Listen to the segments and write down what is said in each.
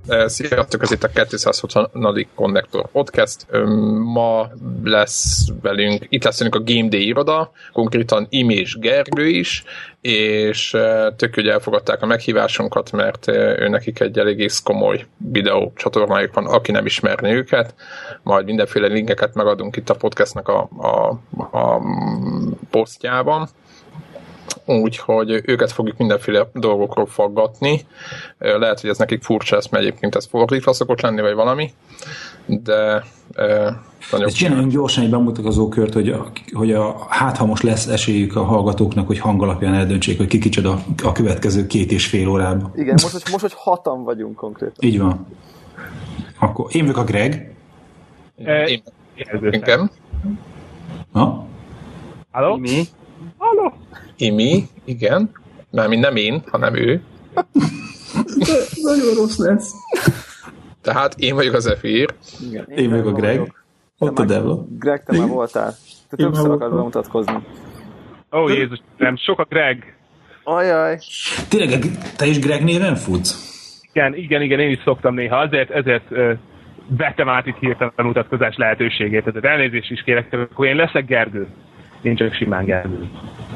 Sziasztok, ez itt a 260. Connector Podcast. Ma lesz velünk, itt lesz velünk a Game Day iroda, konkrétan Imi és Gergő is, és tök, hogy elfogadták a meghívásunkat, mert nekik egy eléggé komoly videó csatornájuk van, aki nem ismerné őket. Majd mindenféle linkeket megadunk itt a podcastnak a posztjában. Úgyhogy őket fogjuk mindenféle dolgokról faggatni. Lehet, hogy ez nekik furcsa lesz, mert egyébként ez fordítva szokott lenni, vagy valami, de nagyon... Csináljunk gyorsan egy bemutatkozókört, hogy hát ha most lesz esélyük a hallgatóknak, hogy hangalapján eldöntsék, hogy ki kicsoda a következő 2,5 órában. Igen, most hogy 6-an vagyunk konkrétan. Így van. Akkor én vagyok a Greg. Igen. Ha? Halló? Imi. Halló? Imi, igen. Mármint nem én, hanem ő. De nagyon rossz lesz. Tehát én vagyok az Efir. Igen, én vagyok a Greg. Ott a Devla. Greg, te már voltál. Te többször akarsz bemutatkozni. Ó, Jézus, nem, sok a Greg. Ajaj. Tényleg, te is Greg néven futsz? Igen, én is szoktam néha. Ezért vettem át itt hirtelen a mutatkozás lehetőségét. Ezért elnézést is kérek, akkor én leszek Gergő. Én csak simán Gergő.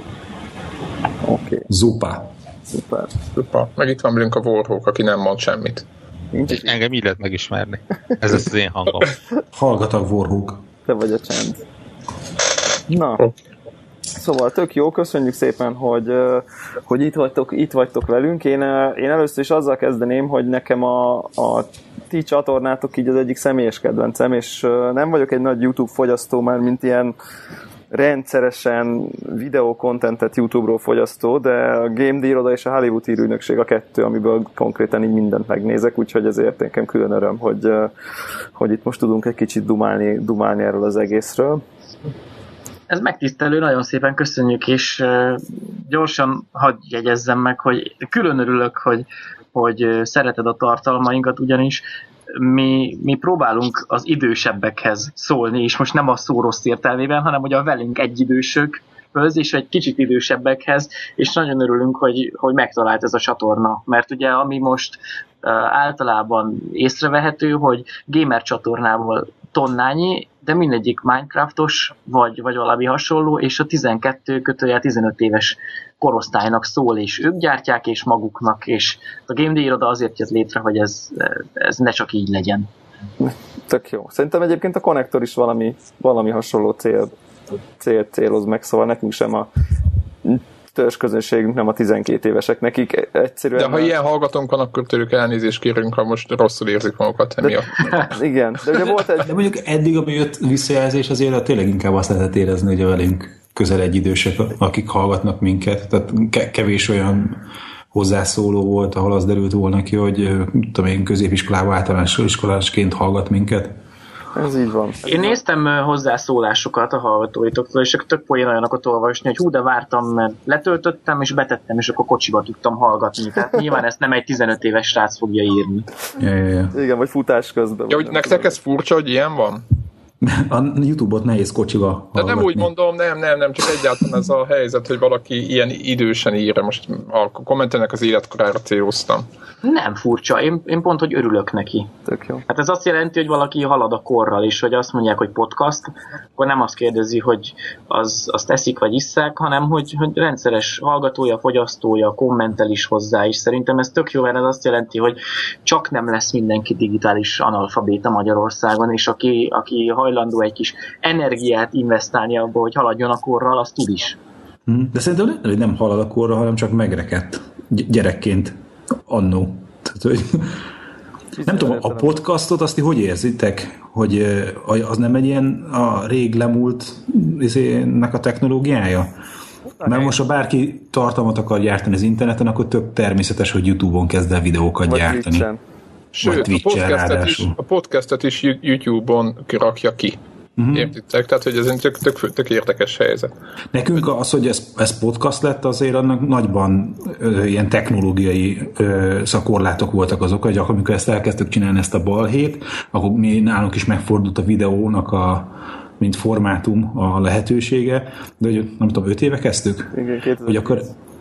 Oké. Zupa. Szuper. Meg itt van velünk a Warhawk, aki nem mond semmit. Engem így lehet megismerni. Ez lesz az én hangom. Hallgatag Warhawk. Te vagy a csend. Na. Szóval tök jó, köszönjük szépen, hogy itt vagytok velünk. Én először is azzal kezdeném, hogy nekem a ti csatornátok így az egyik személyes kedvencem, és nem vagyok egy nagy YouTube fogyasztó már, mint ilyen rendszeresen videókontentet YouTube-ról fogyasztó, de a Game Day iroda és a Hollywood hírügynökség a kettő, amiből konkrétan így mindent megnézek, úgyhogy ezért nekem külön öröm, hogy itt most tudunk egy kicsit dumálni erről az egészről. Ez megtisztelő, nagyon szépen köszönjük, és gyorsan hadd jegyezzem meg, hogy külön örülök, hogy szereted a tartalmainkat, ugyanis mi próbálunk az idősebbekhez szólni, és most nem a szó rossz értelmében, hanem hogy a velünk egyidősökhöz, és egy kicsit idősebbekhez, és nagyon örülünk, hogy megtalált ez a csatorna, mert ugye ami most általában észrevehető, hogy gamer csatornából tonnányi, de mindegyik Minecraftos, vagy valami hasonló, és a 12-15 éves korosztálynak szól, és ők gyártják, és maguknak, és a Game Day iroda azért jött létre, hogy ez ne csak így legyen. Tök jó. Szerintem egyébként a konnektor is valami hasonló céloz meg, szóval nekünk sem a törzsközönségünk nem a 12 évesek, nekik egyszerűen... De ha ilyen hallgatónk van, akkor tőlük elnézést kérünk, ha most rosszul érzik magukat emiatt. Igen, de ugye volt egy... De mondjuk eddig, ami jött visszajelzés, azért tényleg inkább azt lehetett érezni, hogy a velünk közel egy idősek, akik hallgatnak minket. Tehát kevés olyan hozzászóló volt, ahol az derült volna ki, hogy tudom én, középiskolában, általános iskolásként hallgat minket. Ez így van. Én néztem hozzászólásokat a hallgatóitoktól, és tök poén olyanokat olvasni, hogy de vártam, mert letöltöttem, és betettem, és akkor kocsiba tudtam hallgatni. Tehát nyilván ezt nem egy 15 éves srác fogja írni. Ja. Igen, vagy futás közben. Ja, hogy nektek ez furcsa, hogy ilyen van? A YouTube-ot nehéz kocsiba hallgatni. De nem úgy mondom, nem, csak egyáltalán ez a helyzet, hogy valaki ilyen idősen ír. Most a kommentelnek az életkorára céloztam. Nem furcsa, én pont, hogy örülök neki. Tök jó. Hát ez azt jelenti, hogy valaki halad a korral, és hogy azt mondják, hogy podcast, akkor nem azt kérdezi, hogy azt eszik vagy isszák, hanem hogy rendszeres hallgatója, fogyasztója, kommentel is hozzá, és szerintem ez tök jó, mert ez azt jelenti, hogy csak nem lesz mindenki digitális analfabéta Magyarországon, és aki hajlandó egy kis energiát investálni abba, hogy haladjon a korral, az tud is. De szerintem lehet, hogy nem halad a korra, hanem csak megrekedt gyerekként annó. Tehát, hogy nem tudom, a podcastot azt hogy érzitek? Hogy az nem egy ilyen a rég lemúlt nek a technológiája? Mert most, ha bárki tartalmat akar gyártani az interneten, akkor tök természetes, hogy YouTube-on kezd el videókat vagy gyártani. Twitch-en. Sőt, a podcastet is YouTube-on rakja ki. Értitek? Tehát, hogy ez egy tök érdekes helyzet. Nekünk az, hogy ez podcast lett, azért annak nagyban ilyen technológiai szakorlátok voltak azok, hogy amikor ezt elkezdtük csinálni, ezt a balhét, akkor mi nálunk is megfordult a videónak mint formátum a lehetősége, de hogy nem tudom, 5 éve kezdtük? Igen, hogy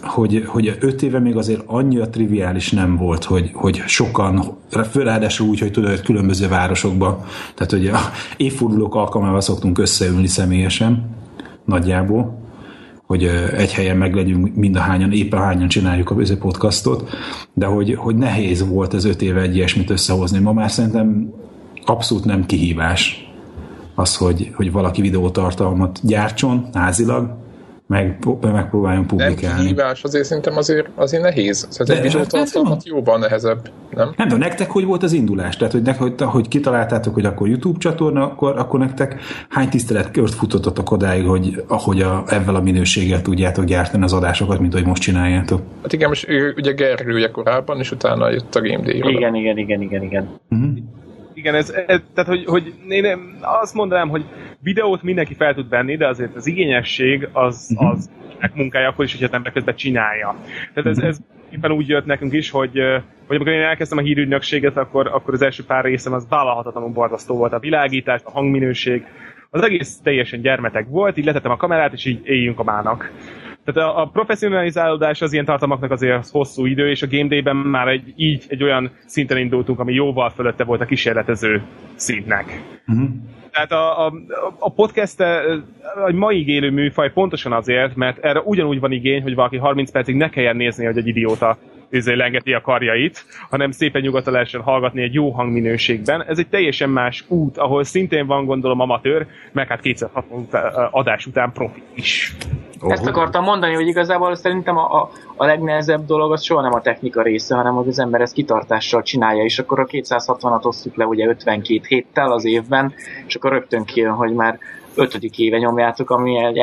hogy 5 éve még azért annyira triviális nem volt, hogy sokan, ráadásul úgy, hogy tudod, hogy különböző városokban, tehát hogy a évfordulók alkalmával szoktunk összeülni személyesen, nagyjából, hogy egy helyen meglegyünk mindahányan, éppen hányan csináljuk a podcastot, de hogy nehéz volt ez 5 éve egy ilyesmit összehozni. Ma már szerintem abszolút nem kihívás az, hogy valaki videótartalmat gyártson házilag, megpróbáljon publikálni. Nem kihívás, azért szerintem azért nehéz. Szóval egy videótartalmat jóval nehezebb, nem? Nem, de nektek hogy volt az indulás? Tehát, hogy kitaláltátok, hogy akkor YouTube csatorna, akkor nektek hány tiszteletkört futottatok odáig, hogy ezzel a minőséggel tudjátok gyártani az adásokat, mint ahogy most csináljátok? Hát igen, most ugye Gergő ugye korábban, és utána jött a Game Day. Igen. Uh-huh. Igen, tehát hogy én azt mondanám, hogy videót mindenki fel tud venni, de azért az igényesség az munkája akkor is, hogyha az ember közben csinálja. Tehát ez éppen úgy jött nekünk is, hogy amikor én elkezdtem a hírügynökséget, akkor az első pár részem az vállalhatatlanul borzasztó volt. A világítás, a hangminőség, az egész teljesen gyermetek volt, így letettem a kamerát, és így éljünk a mának. Tehát a professzionalizálódás az ilyen tartalmaknak azért hosszú idő, és a Game Day-ben már egy olyan szinten indultunk, ami jóval fölötte volt a kísérletező szintnek. Uh-huh. Tehát a podcast egy mai élő műfaj pontosan azért, mert erre ugyanúgy van igény, hogy valaki 30 percig ne kelljen nézni, hogy egy idióta lengeti a karjait, hanem szépen nyugodtan lehessen hallgatni egy jó hangminőségben. Ez egy teljesen más út, ahol szintén van, gondolom, amatőr, meg hát 260 adás után profi is. Ezt akartam mondani, hogy igazából szerintem a legnehezebb dolog az soha nem a technika része, hanem hogy az ember ezt kitartással csinálja, és akkor a 260-at osztjuk le ugye 52 héttel az évben, és akkor rögtön kijön, hogy már 5. éve nyomjátok, ami egy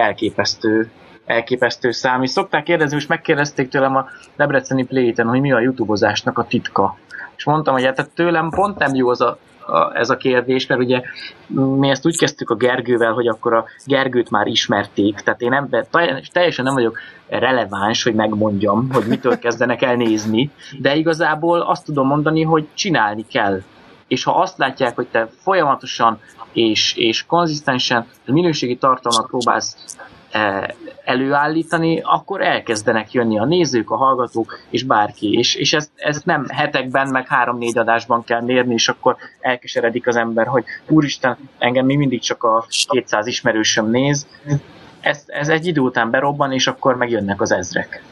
elképesztő szám. És szokták kérdezni, és megkérdezték tőlem a debreceni Play-ten, hogy mi a YouTube-ozásnak a titka. És mondtam, hogy hát tőlem pont nem jó ez a kérdés, mert ugye mi ezt úgy kezdtük a Gergővel, hogy akkor a Gergőt már ismerték, tehát én teljesen nem vagyok releváns, hogy megmondjam, hogy mitől kezdenek el nézni, de igazából azt tudom mondani, hogy csinálni kell. És ha azt látják, hogy te folyamatosan és konzisztensen minőségi tartalmat próbálsz előállítani, akkor elkezdenek jönni a nézők, a hallgatók, és bárki. És ezt nem hetekben, meg 3-4 adásban kell mérni, és akkor elkeseredik az ember, hogy úristen, engem még mindig csak a 200 ismerősöm néz. Ez egy idő után berobban, és akkor megjönnek az ezrek.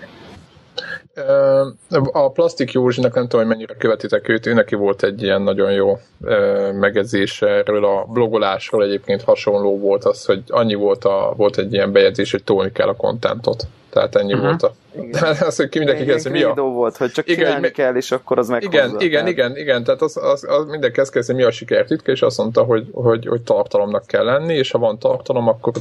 A Plastik Józsinak nem tudom, hogy mennyire követitek őt, neki volt egy ilyen nagyon jó megjegyzés erről a blogolásról, egyébként hasonló volt az, hogy annyi volt egy ilyen bejegyzés, hogy tolni kell a contentot. Tehát ennyi volt a... De az, hogy ki mindenki kezd, hogy mi a... volt, hogy csak csinálni kell, és akkor az meghozza. Igen, tehát az mindenki kezd, mi a sikertitka, és azt mondta, hogy tartalomnak kell lenni, és ha van tartalom, akkor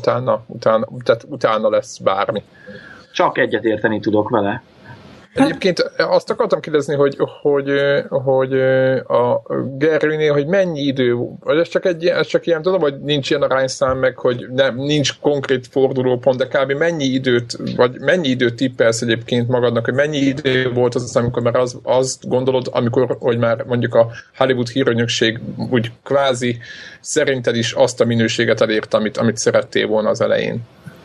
utána lesz bármi. Csak egyet érteni tudok vele. Egyébként azt akartam kérdezni, hogy a Gergőnél, hogy mennyi idő, vagy ez csak ilyen tudom, hogy nincs ilyen arányszám meg, hogy nincs konkrét fordulópont, de kb. mennyi időt tippelsz egyébként magadnak, hogy mennyi idő volt az, amikor már azt gondolod, amikor, hogy már mondjuk a Hollywood hírügynökség úgy kvázi szerinted is azt a minőséget elért, amit szerettél volna az elején?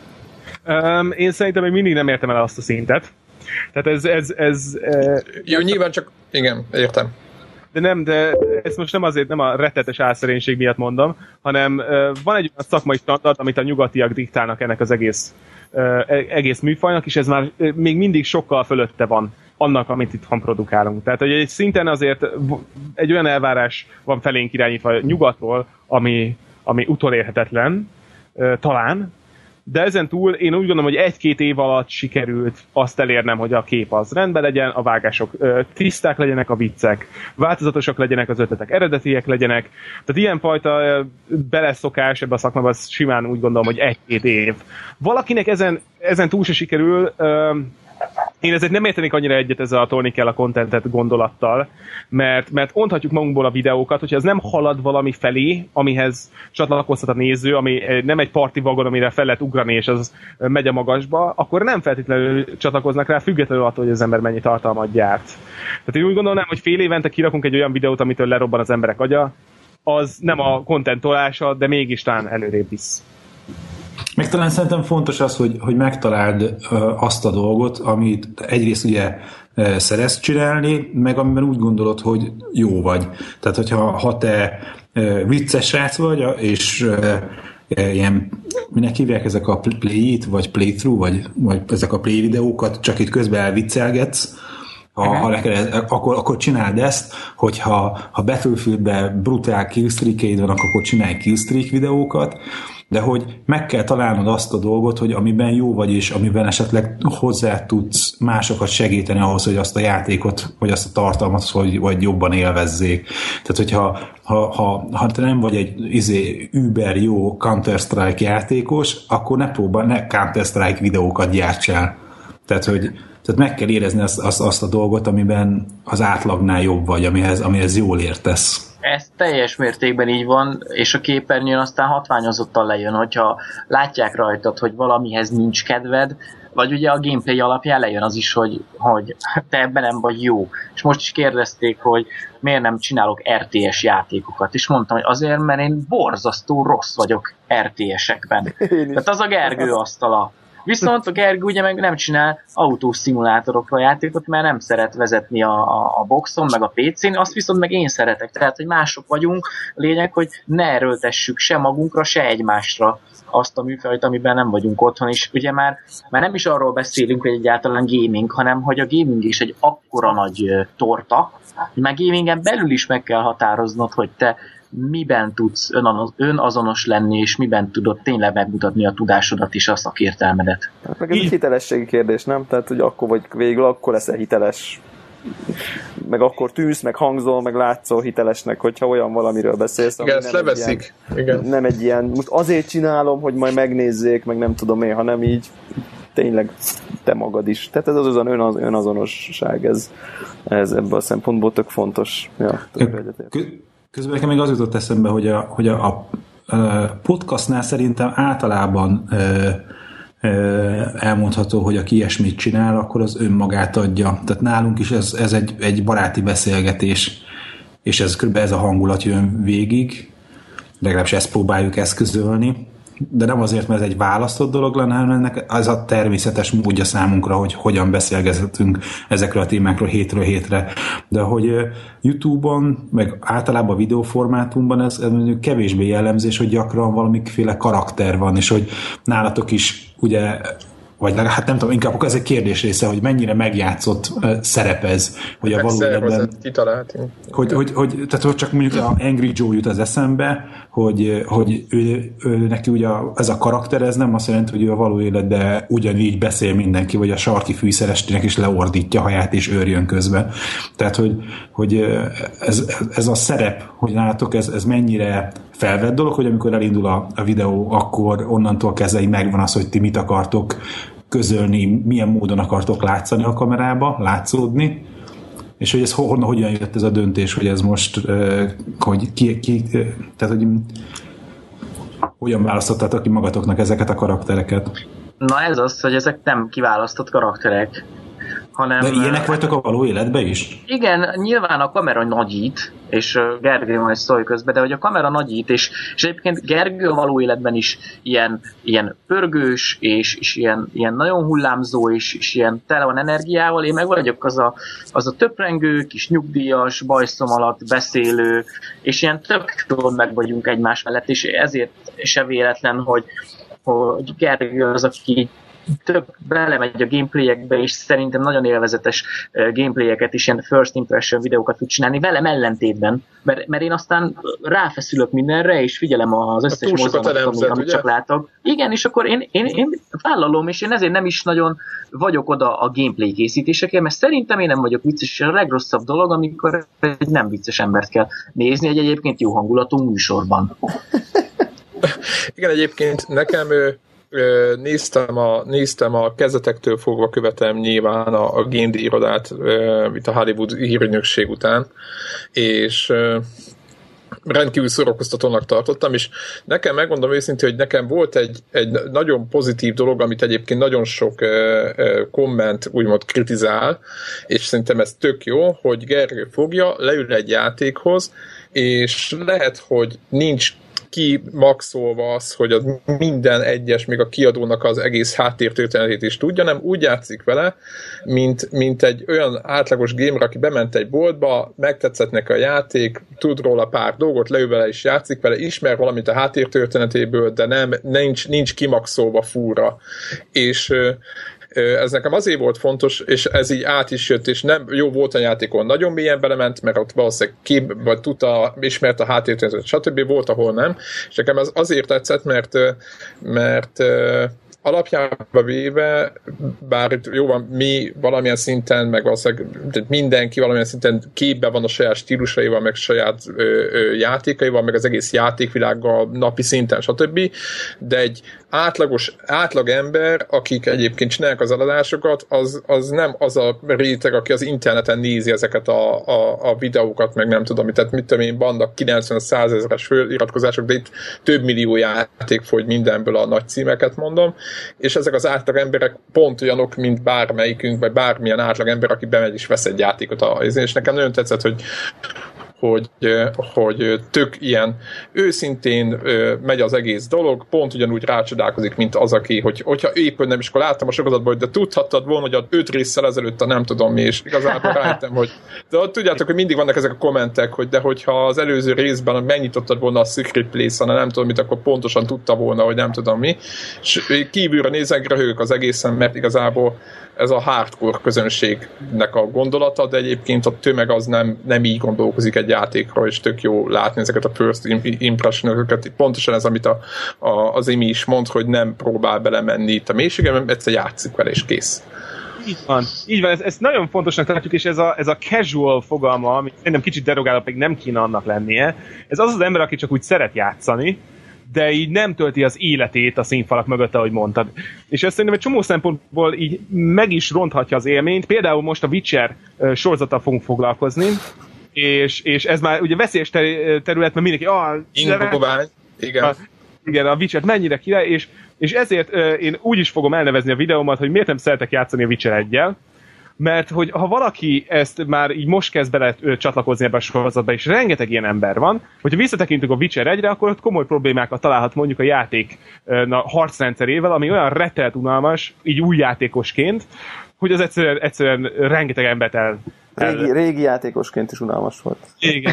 Én szerintem még mindig nem értem el azt a szintet. Tehát ez jó, nyilván csak... Igen, értem. De ezt most nem a rettetes álszerénység miatt mondom, hanem van egy olyan szakmai standard, amit a nyugatiak diktálnak ennek az egész műfajnak, és ez már még mindig sokkal fölötte van annak, amit itthon produkálunk. Tehát, hogy egy szinten azért egy olyan elvárás van felénk irányítva nyugatról, ami utolérhetetlen, talán, de ezen túl én úgy gondolom, hogy 1-2 év alatt sikerült azt elérnem, hogy a kép az rendben legyen, a vágások tiszták legyenek, a viccek változatosak legyenek, az ötletek eredetiek legyenek. Tehát ilyenfajta beleszokás ebbe a szakmába, az simán úgy gondolom, hogy 1-2 év. Valakinek ezen túl se sikerül, én ezért nem értenék annyira egyet ezzel a tolni kell a contentet gondolattal, mert onthatjuk magunkból a videókat, hogyha ez nem halad valami felé, amihez csatlakozhat a néző, ami nem egy parti vagon, amire fel lehet ugrani, és az megy a magasba, akkor nem feltétlenül csatlakoznak rá, függetlenül attól, hogy az ember mennyi tartalmat gyárt. Tehát én úgy gondolnám, hogy fél évente kirakunk egy olyan videót, amitől lerobban az emberek agya, az nem a content tolása, de mégis talán előrébb visz. Meg talán szerintem fontos az, hogy megtaláld azt a dolgot, amit egyrészt ugye szeretsz csinálni, meg amiben úgy gondolod, hogy jó vagy. Tehát, hogyha te vicces srác vagy, és ilyen, minek hívják ezek a play-it, vagy playthrough, vagy ezek a play videókat, csak itt közben elviccelgetsz, akkor csináld ezt, hogyha Battlefieldben brutál killstreak-eid van, akkor csinálj killstreak videókat, de hogy meg kell találnod azt a dolgot, hogy amiben jó vagy, és amiben esetleg hozzá tudsz másokat segíteni ahhoz, hogy azt a játékot, vagy azt a tartalmat, vagy jobban élvezzék. Tehát, hogyha ha te nem vagy egy über jó Counter-Strike játékos, akkor ne Counter-Strike videókat gyártsál. Tehát meg kell érezni azt a dolgot, amiben az átlagnál jobb vagy, amihez jól értesz. Ez teljes mértékben így van, és a képernyőn aztán hatványozottan lejön, hogyha látják rajtad, hogy valamihez nincs kedved, vagy ugye a gameplay alapján lejön az is, hogy te ebben nem vagy jó. És most is kérdezték, hogy miért nem csinálok RTS játékokat, és mondtam, hogy azért, mert én borzasztó rossz vagyok RTS-ekben. Tehát az a Gergő asztala. Viszont a Gergő ugye meg nem csinál autószimulátorokra játékot, mert nem szeret vezetni a boxon, meg a PC-n, azt viszont meg én szeretek. Tehát, hogy mások vagyunk, a lényeg, hogy ne erőltessük se magunkra, se egymásra azt a műfajt, amiben nem vagyunk otthon, és ugye már nem is arról beszélünk, hogy egyáltalán gaming, hanem hogy a gaming is egy akkora nagy torta, hogy már gamingen belül is meg kell határoznod, hogy te miben tudsz önazonos lenni, és miben tudod tényleg megmutatni a tudásodat és a szakértelmedet. Meg ez egy hitelességi kérdés, nem? Tehát, hogy akkor vagy végül, akkor leszel hiteles. Meg akkor tűnsz, meg hangzol, meg látszol hitelesnek, hogyha olyan valamiről beszélsz. Igen, ezt leveszik. Nem egy ilyen, most azért csinálom, hogy majd megnézzék, meg nem tudom én, hanem így tényleg te magad is. Tehát ez az önazonosság, ez ebből a szempontból tök fontos. Ja, közben nekem még az jutott eszembe, hogy a podcastnál szerintem általában elmondható, hogy aki ilyesmit csinál, akkor az önmagát adja. Tehát nálunk is ez egy baráti beszélgetés, és ez kb. Ez a hangulat jön végig, legalábbis ezt próbáljuk eszközölni, de nem azért, mert ez egy választott dolog lenne, hanem ennek az a természetes módja számunkra, hogy hogyan beszélgetünk ezekről a témákról hétről hétre. De hogy YouTube-on, meg általában videóformátumban ez mondjuk kevésbé jellemzés, hogy gyakran valamiféle karakter van, és hogy nálatok is ugye, vagy hát nem tudom, inkább akkor ez egy kérdés része, hogy mennyire megjátszott szerep ez, hogy a való életben, tehát csak mondjuk a Angry Joe jut az eszembe, hogy ő neki ugye ez a karakter, ez nem azt jelenti, hogy ő a való életben ugyanígy beszél mindenki, vagy a sarki fűszerestének is leordítja haját és őrjön közben. Tehát, hogy ez a szerep, hogy nálatok ez mennyire felvett dolog, hogy amikor elindul a videó, akkor onnantól kezdve megvan az, hogy ti mit akartok közölni, milyen módon akartok látszani a kamerába, látszódni, és hogy ez hogyan jött ez a döntés, hogy ez most, hogy tehát hogy hogyan választottátok ki magatoknak ezeket a karaktereket? Na ez az, hogy ezek nem kiválasztott karakterek, hanem... De ilyenek vagytok a való életben is? Igen, nyilván a kamera nagyít, és Gergő majd szólj közben, de hogy a kamera nagyít, és egyébként Gergő a való életben is ilyen pörgős, és ilyen nagyon hullámzó, és ilyen tele van energiával, én meg vagyok az a töprengő, kis nyugdíjas, bajszom alatt beszélő, és ilyen tök jól meg vagyunk egymás mellett, és ezért se véletlen, hogy Gergő az, aki tök belemegy a gameplayekbe, és szerintem nagyon élvezetes gameplayeket is, ilyen first impression videókat tud csinálni, velem ellentétben, mert én aztán ráfeszülök mindenre, és figyelem az összes mozdulatot, amit csak látok. Igen, és akkor én vállalom, és én ezért nem is nagyon vagyok oda a gameplay készítésekért, mert szerintem én nem vagyok vicces, és a legrosszabb dolog, amikor egy nem vicces embert kell nézni egy egyébként jó hangulatú műsorban. Igen, egyébként nekem néztem a kezdetektől fogva, követem nyilván a Game Day irodát itt a Hollywood hírügynökség után, és rendkívül szórakoztatónak tartottam, és nekem megmondom őszintén, hogy nekem volt egy nagyon pozitív dolog, amit egyébként nagyon sok komment úgymond kritizál, és szerintem ez tök jó, hogy Gergő fogja, leül egy játékhoz, és lehet, hogy nincs kimaxolva az, hogy az minden egyes, még a kiadónak az egész háttértörténetét is tudja, nem úgy játszik vele, mint egy olyan átlagos gamer, aki bement egy boltba, megtetszett neki a játék, tud róla pár dolgot, leül vele is játszik vele, ismer valamit a háttértörténetéből, de nincs kimaxolva fúra. És ez nekem azért volt fontos, és ez így át is jött, és nem jó volt a játékon, nagyon mélyen belement, mert ott valószínűleg vagy tudta, ismert a háttértörténetet, stb. Volt, ahol nem. És nekem ez azért tetszett, mert alapjában véve, bár itt jó van, mi valamilyen szinten, meg valószínűleg mindenki valamilyen szinten képben van a saját stílusaival, meg saját játékaival, meg az egész játékvilággal napi szinten, stb. De egy átlag ember, akik egyébként csinálják az eladásokat, az nem az a réteg, aki az interneten nézi ezeket a videókat, meg nem tudom, tehát mit tudom én, vannak 90-100 ezeres feliratkozások, de itt több millió játék fogy mindenből, a nagy címeket mondom, és ezek az átlag emberek pont olyanok, mint bármelyikünk, vagy bármilyen átlag ember, aki bemegy és vesz egy játékot. És nekem nagyon tetszett, hogy tök ilyen őszintén megy az egész dolog, pont ugyanúgy rácsodálkozik, mint az, aki, hogyha éppen nem is, akkor láttam a sorozatban, hogy de tudhattad volna, hogy a 5 résszel ezelőtt a nem tudom mi, és igazából rájöttem, hogy de ott tudjátok, hogy mindig vannak ezek a kommentek, hogy de hogyha az előző részben megnyitottad volna a Secret Place-en, nem tudom mit, akkor pontosan tudta volna, hogy nem tudom mi, és kívülre nézek, röhögök az egészen, mert igazából ez a hardcore közönségnek a gondolata, de egyébként a tömeg az nem így gondolkozik egy játékról, és tök jó látni ezeket a first impression-öket. Pontosan ez, amit az Imi is mond, hogy nem próbál belemenni itt a mélységben, mert egyszer játszik vele, és kész. Így van, ezt nagyon fontosnak tartjuk, és ez a casual fogalma, ami szerintem kicsit derogáló, pedig nem kéne annak lennie. Ez az ember, aki csak úgy szeret játszani, de így nem tölti az életét a színfalak mögött, ahogy mondtad. És ez szerintem egy csomó szempontból így meg is ronthatja az élményt. Például most a Witcher sorozattal fogunk foglalkozni, és ez már ugye veszélyes terület, mert mindenki... Ingovány, igen. Igen, a Witcher mennyire király, és ezért én úgy is fogom elnevezni a videómat, hogy miért nem szeretek játszani a Witcher 1-jel, mert hogy ha valaki ezt már így most kezd bele csatlakozni ebbe a sorozatba, és rengeteg ilyen ember van, hogyha visszatekintünk a Witcher 1-re, akkor ott komoly problémákat találhat mondjuk a játék harcrendszerével, ami olyan rettelt unalmas, így új játékosként, hogy az egyszerűen rengeteg embert Régi játékosként is unalmas volt. Igen.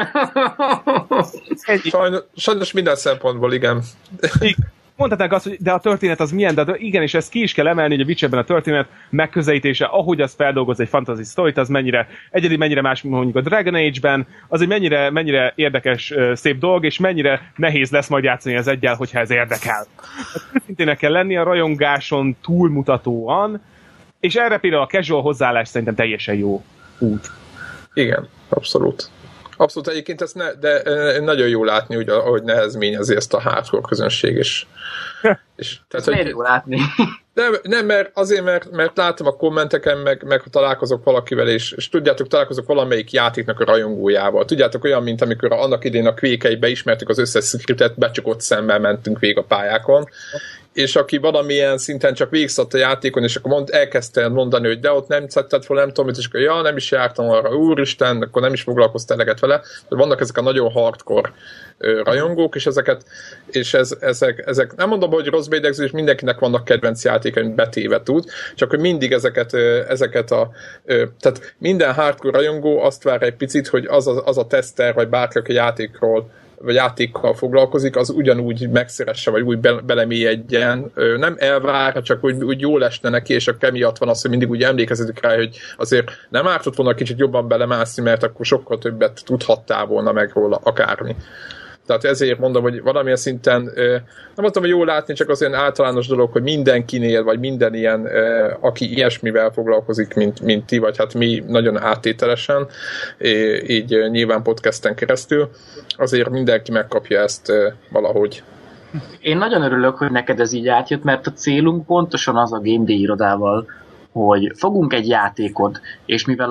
Sajnos minden szempontból, igen. Mondhatnánk azt, hogy de a történet az milyen, de igen, és ezt ki is kell emelni, hogy a Witcherben a történet megközelítése, ahogy az feldolgoz egy fantasy sztorit, az mennyire egyedi, mennyire más, mint mondjuk a Dragon Age-ben, az egy mennyire érdekes, szép dolog, és mennyire nehéz lesz majd játszani az egyel, hogyha ez érdekel. Őszintének kell lenni a rajongáson túlmutatóan, és erre például a casual hozzáállás szerintem teljesen jó út. Igen, abszolút. Abszolút, egyébként ezt de nagyon jó látni, hogy ahogy nehezményezi ezt a hardcore közönség is. Tehát, miért jó látni? Nem, mert látom a kommenteken, meg találkozok valakivel, és tudjátok, találkozok valamelyik játéknak a rajongójával. Tudjátok, olyan, mint amikor annak idén a Quake-be ismertük az összes scriptet, becsukott szemmel mentünk végig a pályákon, és aki valamilyen szinten csak végigszett a játékon, és akkor elkezdte mondani, hogy de ott nem szedted fel, nem tudom, és akkor nem is jártam arra, úristen, akkor nem is foglalkoztál eleget vele. Vannak ezek a nagyon hardcore rajongók, és ezek nem mondom, hogy rossz bélyegzés, mindenkinek vannak kedvenc játékai, amit betéve tud, csak hogy mindig ezeket tehát minden hardcore rajongó azt vár egy picit, hogy az a teszter, vagy bárki, aki játékról vagy játékkal foglalkozik, az ugyanúgy megszeresse, vagy úgy belemélyedjen. Nem elvár, csak úgy jól esne neki, és akkor emiatt van az, hogy mindig úgy emlékezetik rá, hogy azért nem ártott volna kicsit jobban belemászni, mert akkor sokkal többet tudhattál volna meg róla akármi. Tehát ezért mondom, hogy valamilyen szinten, nem mondtam, hogy jól látni, csak az olyan általános dolog, hogy mindenkinél, vagy minden ilyen, aki ilyesmivel foglalkozik, mint ti, vagy hát mi nagyon áttételesen, így nyilván podcasten keresztül, azért mindenki megkapja ezt valahogy. Én nagyon örülök, hogy neked ez így átjött, mert a célunk pontosan az a Game Day irodával, hogy fogunk egy játékot, és mivel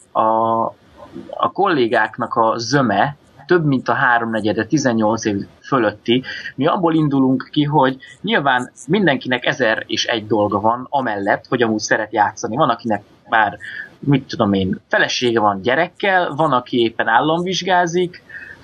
a kollégáknak a zöme több mint a 3/4, 18 év fölötti, mi abból indulunk ki, hogy nyilván mindenkinek 1001 dolga van, amellett, hogy amúgy szeret játszani. Van, akinek már, mit tudom én, felesége van gyerekkel, van, aki éppen államvizsgázik,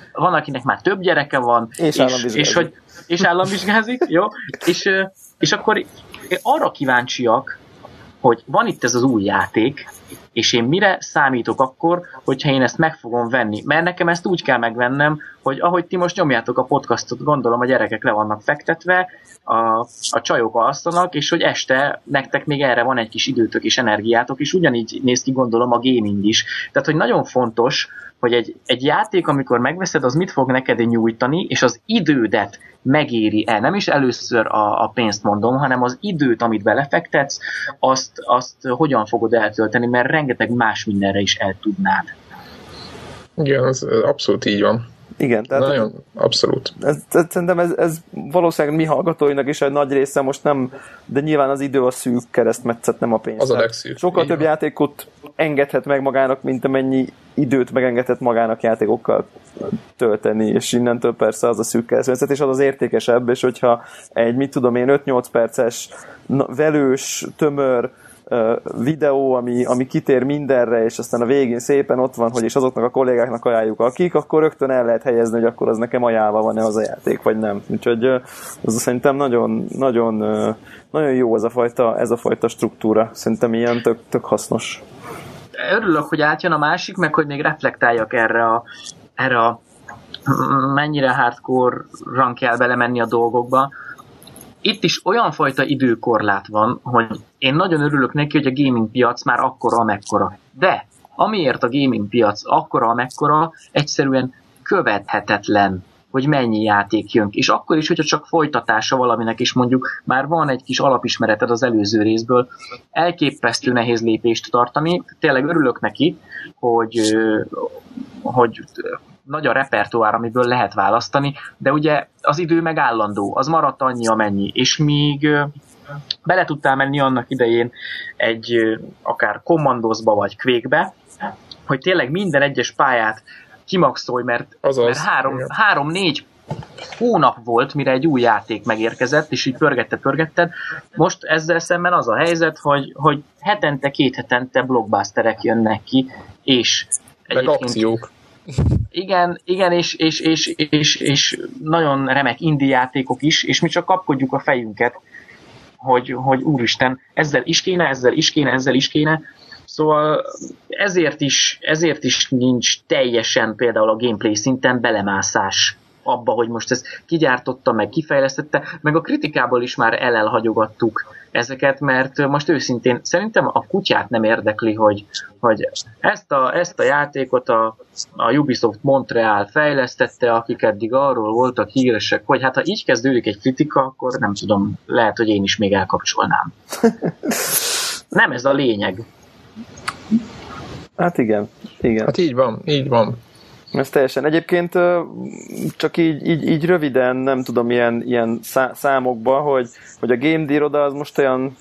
van, akinek már több gyereke van, és államvizsgázik, jó? És akkor arra kíváncsiak, hogy van itt ez az új játék, és én mire számítok akkor, hogyha én ezt meg fogom venni. Mert nekem ezt úgy kell megvennem, hogy ahogy ti most nyomjátok a podcastot, gondolom a gyerekek le vannak fektetve, a csajok alszanak, és hogy este nektek még erre van egy kis időtök és energiátok, és ugyanígy néz ki gondolom a gaming is. Tehát, hogy nagyon fontos, hogy egy játék, amikor megveszed, az mit fog neked nyújtani, és az idődet megéri el. Nem is először a pénzt mondom, hanem az időt, amit belefektetsz, azt hogyan fogod eltölteni, mert rengeteg más mindenre is el tudnád. Igen, ez abszolút így van. Igen, tehát nagyon abszolút. Szerintem ez valószínűleg mi hallgatóinak is egy nagy része most nem, de nyilván az idő a szűk keresztmetszet, nem a pénz. Az a legszűk. Sokkal több játékot engedhet meg magának, mint amennyi időt megengedhet magának játékokkal tölteni, és innentől persze az a szűk keresztmetszet, és az az értékesebb, és hogyha egy, 5-8 perces velős, tömör videó, ami kitér mindenre, és aztán a végén szépen ott van, hogy és azoknak a kollégáknak ajánljuk akik, akkor rögtön el lehet helyezni, hogy akkor az nekem ajánlva van-e az a játék, vagy nem. Úgyhogy az szerintem nagyon, nagyon, nagyon jó ez a fajta struktúra. Szerintem ilyen tök hasznos. Örülök, hogy átjön a másik, meg hogy még reflektáljak erre a mennyire hardcore-ran kell belemenni a dolgokba. Itt is olyan fajta időkorlát van, hogy én nagyon örülök neki, hogy a gaming piac már akkora, amekkora. De amiért a gaming piac akkora, amekkora, egyszerűen követhetetlen, hogy mennyi játék jön. És akkor is, hogyha csak folytatása valaminek is mondjuk, már van egy kis alapismereted az előző részből, elképesztő nehéz lépést tartani. Tényleg örülök neki, hogy nagy a repertoár, amiből lehet választani, de ugye az idő megállandó, az maradt annyi, amennyi, és míg bele tudtál menni annak idején egy akár Commandosba vagy Quake-be, hogy tényleg minden egyes pályát kimaxolj, mert 3-4 hónap volt, mire egy új játék megérkezett, és így pörgetted. Most ezzel szemben az a helyzet, hogy hetente, 2 hetente blockbusterek jönnek ki, és meg akciók. Igen, és nagyon remek indie játékok is, és mi csak kapkodjuk a fejünket, hogy úristen, ezzel is kéne. Szóval ezért is nincs teljesen például a gameplay szinten belemászás abba, hogy most ezt kigyártotta, meg kifejlesztette, meg a kritikából is már elhagyogattuk ezeket, mert most őszintén szerintem a kutyát nem érdekli, hogy ezt a játékot a Ubisoft Montreal fejlesztette, akik eddig arról voltak híresek, hogy hát ha így kezdődik egy kritika, akkor nem tudom, lehet, hogy én is még elkapcsolnám. Nem ez a lényeg. Hát igen. Hát így van. Ez teljesen. Egyébként csak így röviden, nem tudom, ilyen számokba, hogy a Game Deal-oda az most olyan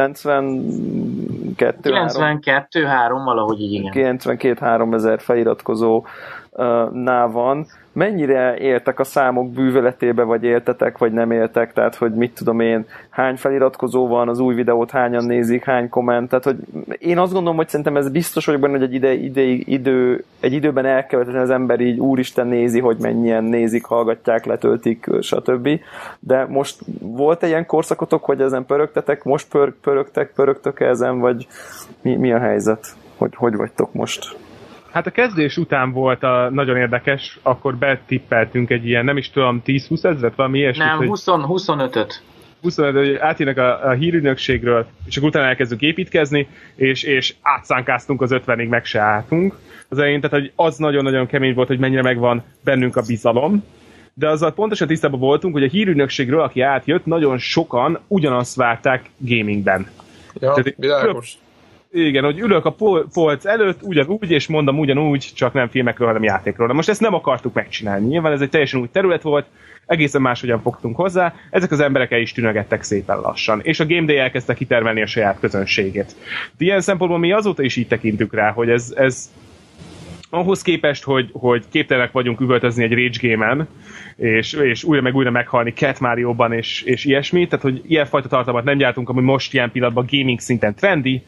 92-3 valahogy így, igen. 92-3 ezer feliratkozónál van. Mennyire éltek a számok bűvöletébe, vagy éltetek, vagy nem éltek? Tehát, hogy mit tudom én, hány feliratkozó van, az új videót hányan nézik, hány komment? Tehát, hogy én azt gondolom, hogy szerintem ez biztos vagyok benne, hogy egy időben el kell vetetni az ember így, úristen nézi, hogy mennyien nézik, hallgatják, letöltik, stb. De most volt ilyen korszakotok, hogy ezen pörögtetek, most pörögtök ezen, vagy mi a helyzet? Hogy vagytok most? Hát a kezdés után volt nagyon érdekes, akkor betippeltünk egy ilyen, nem is tudom, 10-20 ezret, valami ilyesmit. Nem, 25-öt. 25, hogy átjönnek a hírügynökségről, és akkor utána elkezdünk építkezni, és átszánkáztunk az 50-ig, meg se álltunk az elején, tehát hogy az nagyon-nagyon kemény volt, hogy mennyire megvan bennünk a bizalom, de azzal pontosan tisztában voltunk, hogy a hírügynökségről, aki átjött, nagyon sokan ugyanazt várták gamingben. Ja, világos. Igen, hogy ülök a polc előtt, ugyanúgy, és mondom ugyanúgy, csak nem filmekről, hanem játékról. De most ezt nem akartuk megcsinálni. Nyilván ez egy teljesen új terület volt, egészen máshogyan fogtunk hozzá, ezek az emberek el is tűnögettek szépen lassan, és a Game Day elkezdte kitermelni a saját közönségét. De ilyen szempontból mi azóta is így tekintünk rá, hogy ez ahhoz képest, hogy képtelenek vagyunk üvöltözni egy Rage Game-en, és újra meghalni Cat Mario-ban, és ilyesmi, tehát hogy ilyenfajta tartalmat nem gyártunk, ami most ilyen pillanatban gaming szinten trendi,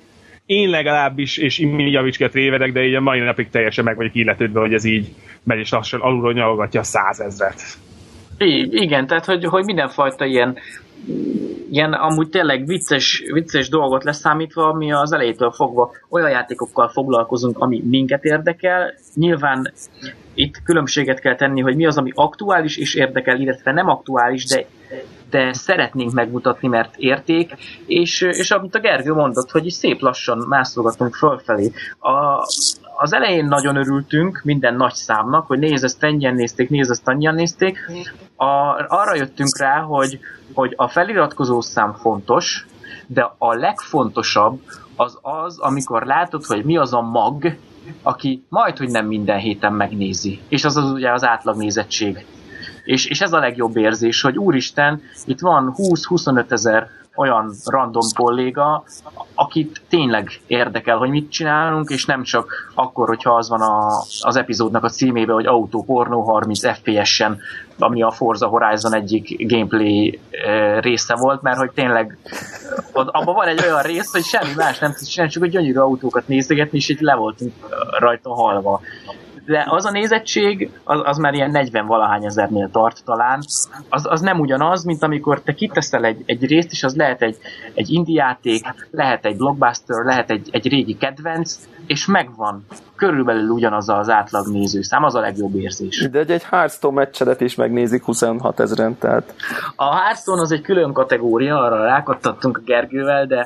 én legalábbis, és így javicskát révedek, de így a mai napig teljesen meg vagyok illetődve, hogy ez így megy és lassan alulról nyalogatja a 100 000. Igen, tehát hogy mindenfajta ilyen amúgy tényleg vicces dolgot leszámítva, ami az elejétől fogva olyan játékokkal foglalkozunk, ami minket érdekel. Nyilván itt különbséget kell tenni, hogy mi az, ami aktuális és érdekel, illetve nem aktuális, de szeretnénk megmutatni, mert érték, és amit a Gergő mondott, hogy is szép lassan mászolgatunk fölfelé. Az elején nagyon örültünk minden nagy számnak, hogy nézd, ezt ennyien nézték, nézd, ezt annyian nézték. Arra jöttünk rá, hogy a feliratkozó szám fontos, de a legfontosabb az, amikor látod, hogy mi az a mag, aki majdhogy nem minden héten megnézi. És az ugye az átlagnézettség. És ez a legjobb érzés, hogy úristen, itt van 20-25 ezer olyan random kolléga, akit tényleg érdekel, hogy mit csinálunk, és nem csak akkor, hogyha az van az epizódnak a címében, hogy autópornó 30 FPS-en, ami a Forza Horizon egyik gameplay része volt, mert hogy tényleg abban van egy olyan rész, hogy semmi más nem tudsz csinálni, csak hogy gyönyörű autókat nézegetni, és így le voltunk rajta halva. De az a nézettség, az már ilyen 40-valahány ezernél tart talán, az nem ugyanaz, mint amikor te kiteszel egy részt, és az lehet egy indie játék, lehet egy blockbuster, lehet egy régi kedvenc, és megvan. Körülbelül ugyanaz az átlag nézőszám, az a legjobb érzés. De egy Hearthstone meccset is megnézik 26 ezeren, tehát... A Hearthstone az egy külön kategória, arra rákattattunk a Gergővel, de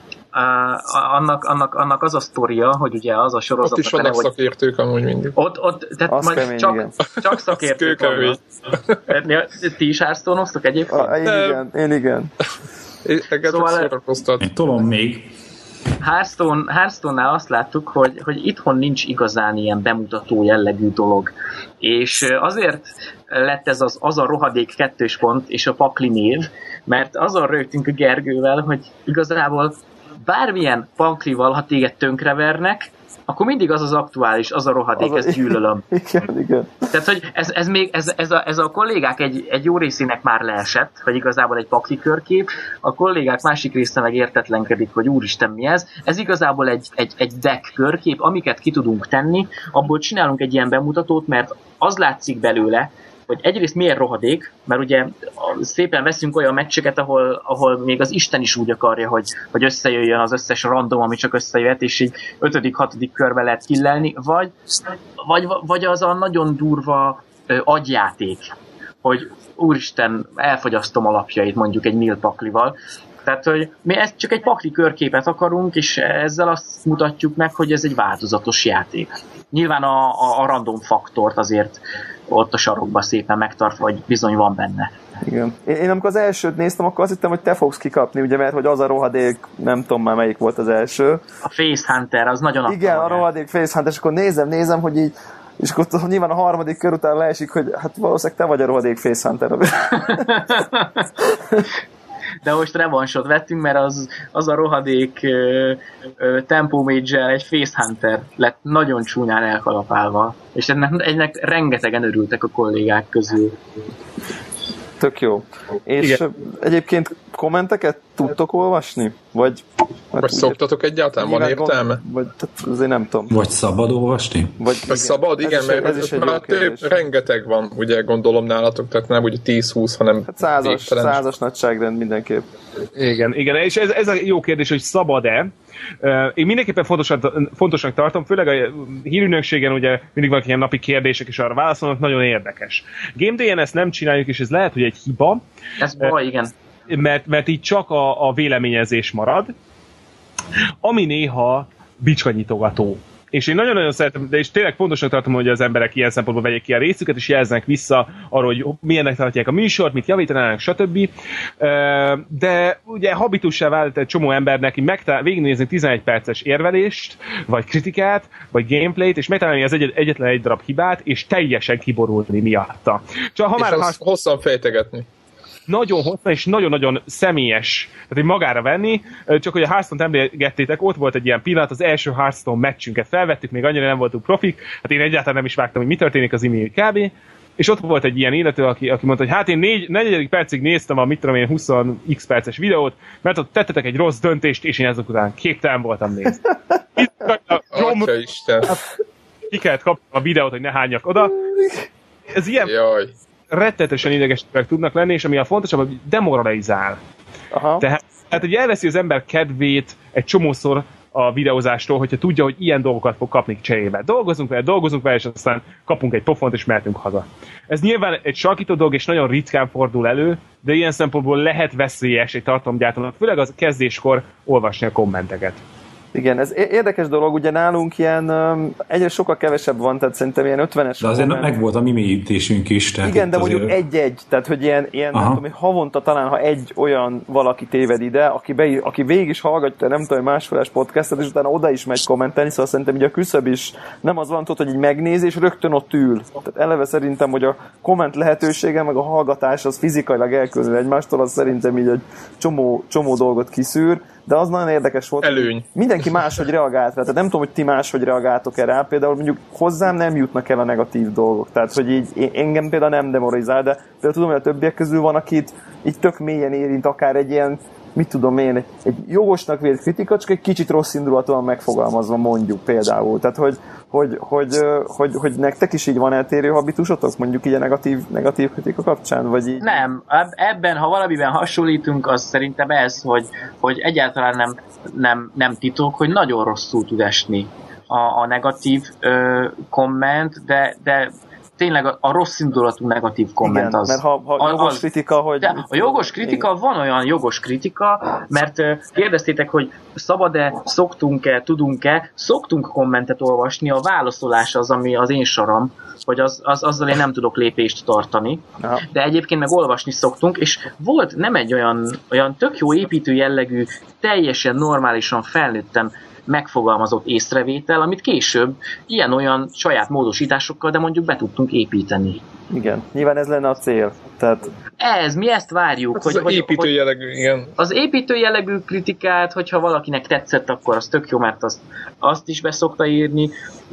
annak az a sztoria, hogy ugye az a sorozat... Ott is vannak szakértők amúgy mindig. Ott tehát majd kemény, csak szakértők vannak. Ti is Hearthstone-oztok egyébként? Én igen. Szóval én tolom még. Hearthstone-nál azt láttuk, hogy itthon nincs igazán ilyen bemutató jellegű dolog. És azért lett ez az a rohadék 2. pont és a pakli név, mert azon rögtünk a Gergővel, hogy igazából bármilyen paklival, ha téged tönkrevernek, akkor mindig az aktuális, az a rohadék, ezt gyűlölöm. Igen. Tehát, hogy ez a kollégák egy jó részének már leesett, hogy igazából egy pakli körkép, a kollégák másik része meg értetlenkedik, hogy úristen mi ez. Ez igazából egy deck körkép, amiket ki tudunk tenni, abból csinálunk egy ilyen bemutatót, mert az látszik belőle, hogy egyrészt miért rohadék, mert ugye szépen veszünk olyan meccseket, ahol még az Isten is úgy akarja, hogy összejöjjön az összes random, ami csak összejöhet, és így 5.-6. körbe lehet killelni, vagy az a nagyon durva agyjáték, hogy úristen, elfogyasztom alapjait mondjuk egy Neil paklival. Tehát, hogy mi ezt csak egy pakli körképet akarunk, és ezzel azt mutatjuk meg, hogy ez egy változatos játék. Nyilván a random faktort azért ott a sarokba szépen megtartva, hogy bizony van benne. Igen. Én amikor az elsőt néztem, akkor azt hittem, hogy te fogsz kikapni, ugye, mert hogy az a rohadék, nem tudom már melyik volt az első. A Face Hunter, az nagyon igen, a rohadék Face Hunter, és akkor nézem, hogy így, és akkor nyilván a 3. kör után leesik, hogy hát valószínűleg te vagy a rohadék Face Hunter. De most revansot vettünk, mert az a rohadék Tempo Mage-el egy Face Hunter lett nagyon csúnyán elkalapálva. És ennek rengetegen örültek a kollégák közül. Tök jó. És igen. Egyébként kommenteket tudtok olvasni? Vagy szoktatok egyáltalán? Van értelme? Vagy azért nem tudom. Vagy szabad olvasni? Vagy szabad, igen, mert már rengeteg van, ugye gondolom nálatok, tehát nem úgy 10-20, hanem... Hát 100-as nagyságrend mindenképp. Igen, és ez a jó kérdés, hogy szabad-e? Én mindenképpen fontosnak tartom, főleg a hírügynökségen ugye mindig vannak ilyen napi kérdések, és arra válaszolnak, nagyon érdekes. Game Day-en ezt nem csináljuk, és ez lehet, hogy egy hiba. Ez baj, igen. Mert így csak a véleményezés marad, ami néha bicskanyitogató. És én nagyon-nagyon szeretem, de és tényleg fontosnak tartom, hogy az emberek ilyen szempontból vegyék ki a részüket, és jeleznek vissza arról, hogy milyennek tartják a műsort, mit javítanának, stb. De ugye habitussá vált egy csomó embernek végignézni 11 perces érvelést, vagy kritikát, vagy gameplayt, és megtalálni az egyetlen egy darab hibát, és teljesen kiborulni miatta. Csak ha és már hosszan fejtegetni. Nagyon hosszan és nagyon-nagyon személyes, tehát egy magára venni, csak hogy a Hearthstone-t emlékeztétek, ott volt egy ilyen pillanat, az első Hearthstone meccsünket felvettük, még annyira nem voltunk profik, hát én egyáltalán nem is vágtam, hogy mi történik az imént kb. és ott volt egy ilyen illető, aki mondta, hogy hát én 4. percig néztem a 20x perces videót, mert ott tettetek egy rossz döntést, és én ezek után képtelen voltam nézni. Ki kellett kapni a videót, hogy ne hánjak oda. Ez ilyen rettetesen idegesítőek tudnak lenni, és ami a fontosabb, hogy demoralizál. Aha. Tehát, hogy elveszi az ember kedvét egy csomószor a videózástól, hogyha tudja, hogy ilyen dolgokat fog kapni cserébe. Dolgozunk vele, és aztán kapunk egy pofont, és mehetünk haza. Ez nyilván egy sarkító dolog, és nagyon ritkán fordul elő, de ilyen szempontból lehet veszélyes egy tartalomgyártónak, főleg az kezdéskor olvasni a kommenteket. Igen, ez érdekes dolog, ugye nálunk ilyen egyre sokkal kevesebb van, tehát szerintem ilyen 50-es. De azért meg volt a mi mélyítésünk is. Tehát igen, de mondjuk egy-egy, tehát hogy ilyen nem tudom, hogy havonta talán, ha egy olyan valaki téved ide, aki végig is hallgatja, nem tudom, másfeles podcastet, és utána oda is megy kommentelni, szóval szerintem ugye a küszöb is nem az van, hogy így megnézi, és rögtön ott ül. Tehát eleve szerintem, hogy a komment lehetősége, meg a hallgatás az fizikailag elkülönül egymástól, az szerintem így egy csomó dolgot kiszűr. De az nagyon érdekes volt. Előny. Mindenki máshogy reagált rá. Tehát nem tudom, hogy ti máshogy reagáltok erre. Például mondjuk hozzám nem jutnak el a negatív dolgok. Tehát, hogy így engem például nem demoralizál, de például tudom, hogy a többiek közül van, akit így tök mélyen érint akár egy ilyen, mit tudom én, egy jogosnak vélt kritika, csak egy kicsit rossz indulatúan megfogalmazva mondjuk például. Tehát, hogy nektek is így van eltérő habitusotok, mondjuk így a negatív kritika kapcsán? Vagy így? Nem, ebben, ha valamiben hasonlítunk, az szerintem ez, hogy egyáltalán nem titok, hogy nagyon rosszul tud esni a negatív komment, de tényleg a rossz indulatú negatív komment. Igen, az. Mert ha jogos kritika, hogy... De a jogos kritika, igen. Van olyan jogos kritika, mert kérdeztétek, hogy szabad-e, szoktunk-e, tudunk-e, szoktunk kommentet olvasni, a válaszolás az, ami az én saram, hogy azzal én nem tudok lépést tartani, aha. De egyébként meg olvasni szoktunk, és volt nem egy olyan tök jó építő jellegű, teljesen normálisan felnőttem megfogalmazott észrevétel, amit később ilyen-olyan saját módosításokkal, de mondjuk be tudtunk építeni. Igen, nyilván ez lenne a cél. Tehát... mi ezt várjuk. Hát az építő jellegű, igen. Az építő jellegű kritikát, hogyha valakinek tetszett, akkor az tök jó, mert azt is be szokta írni,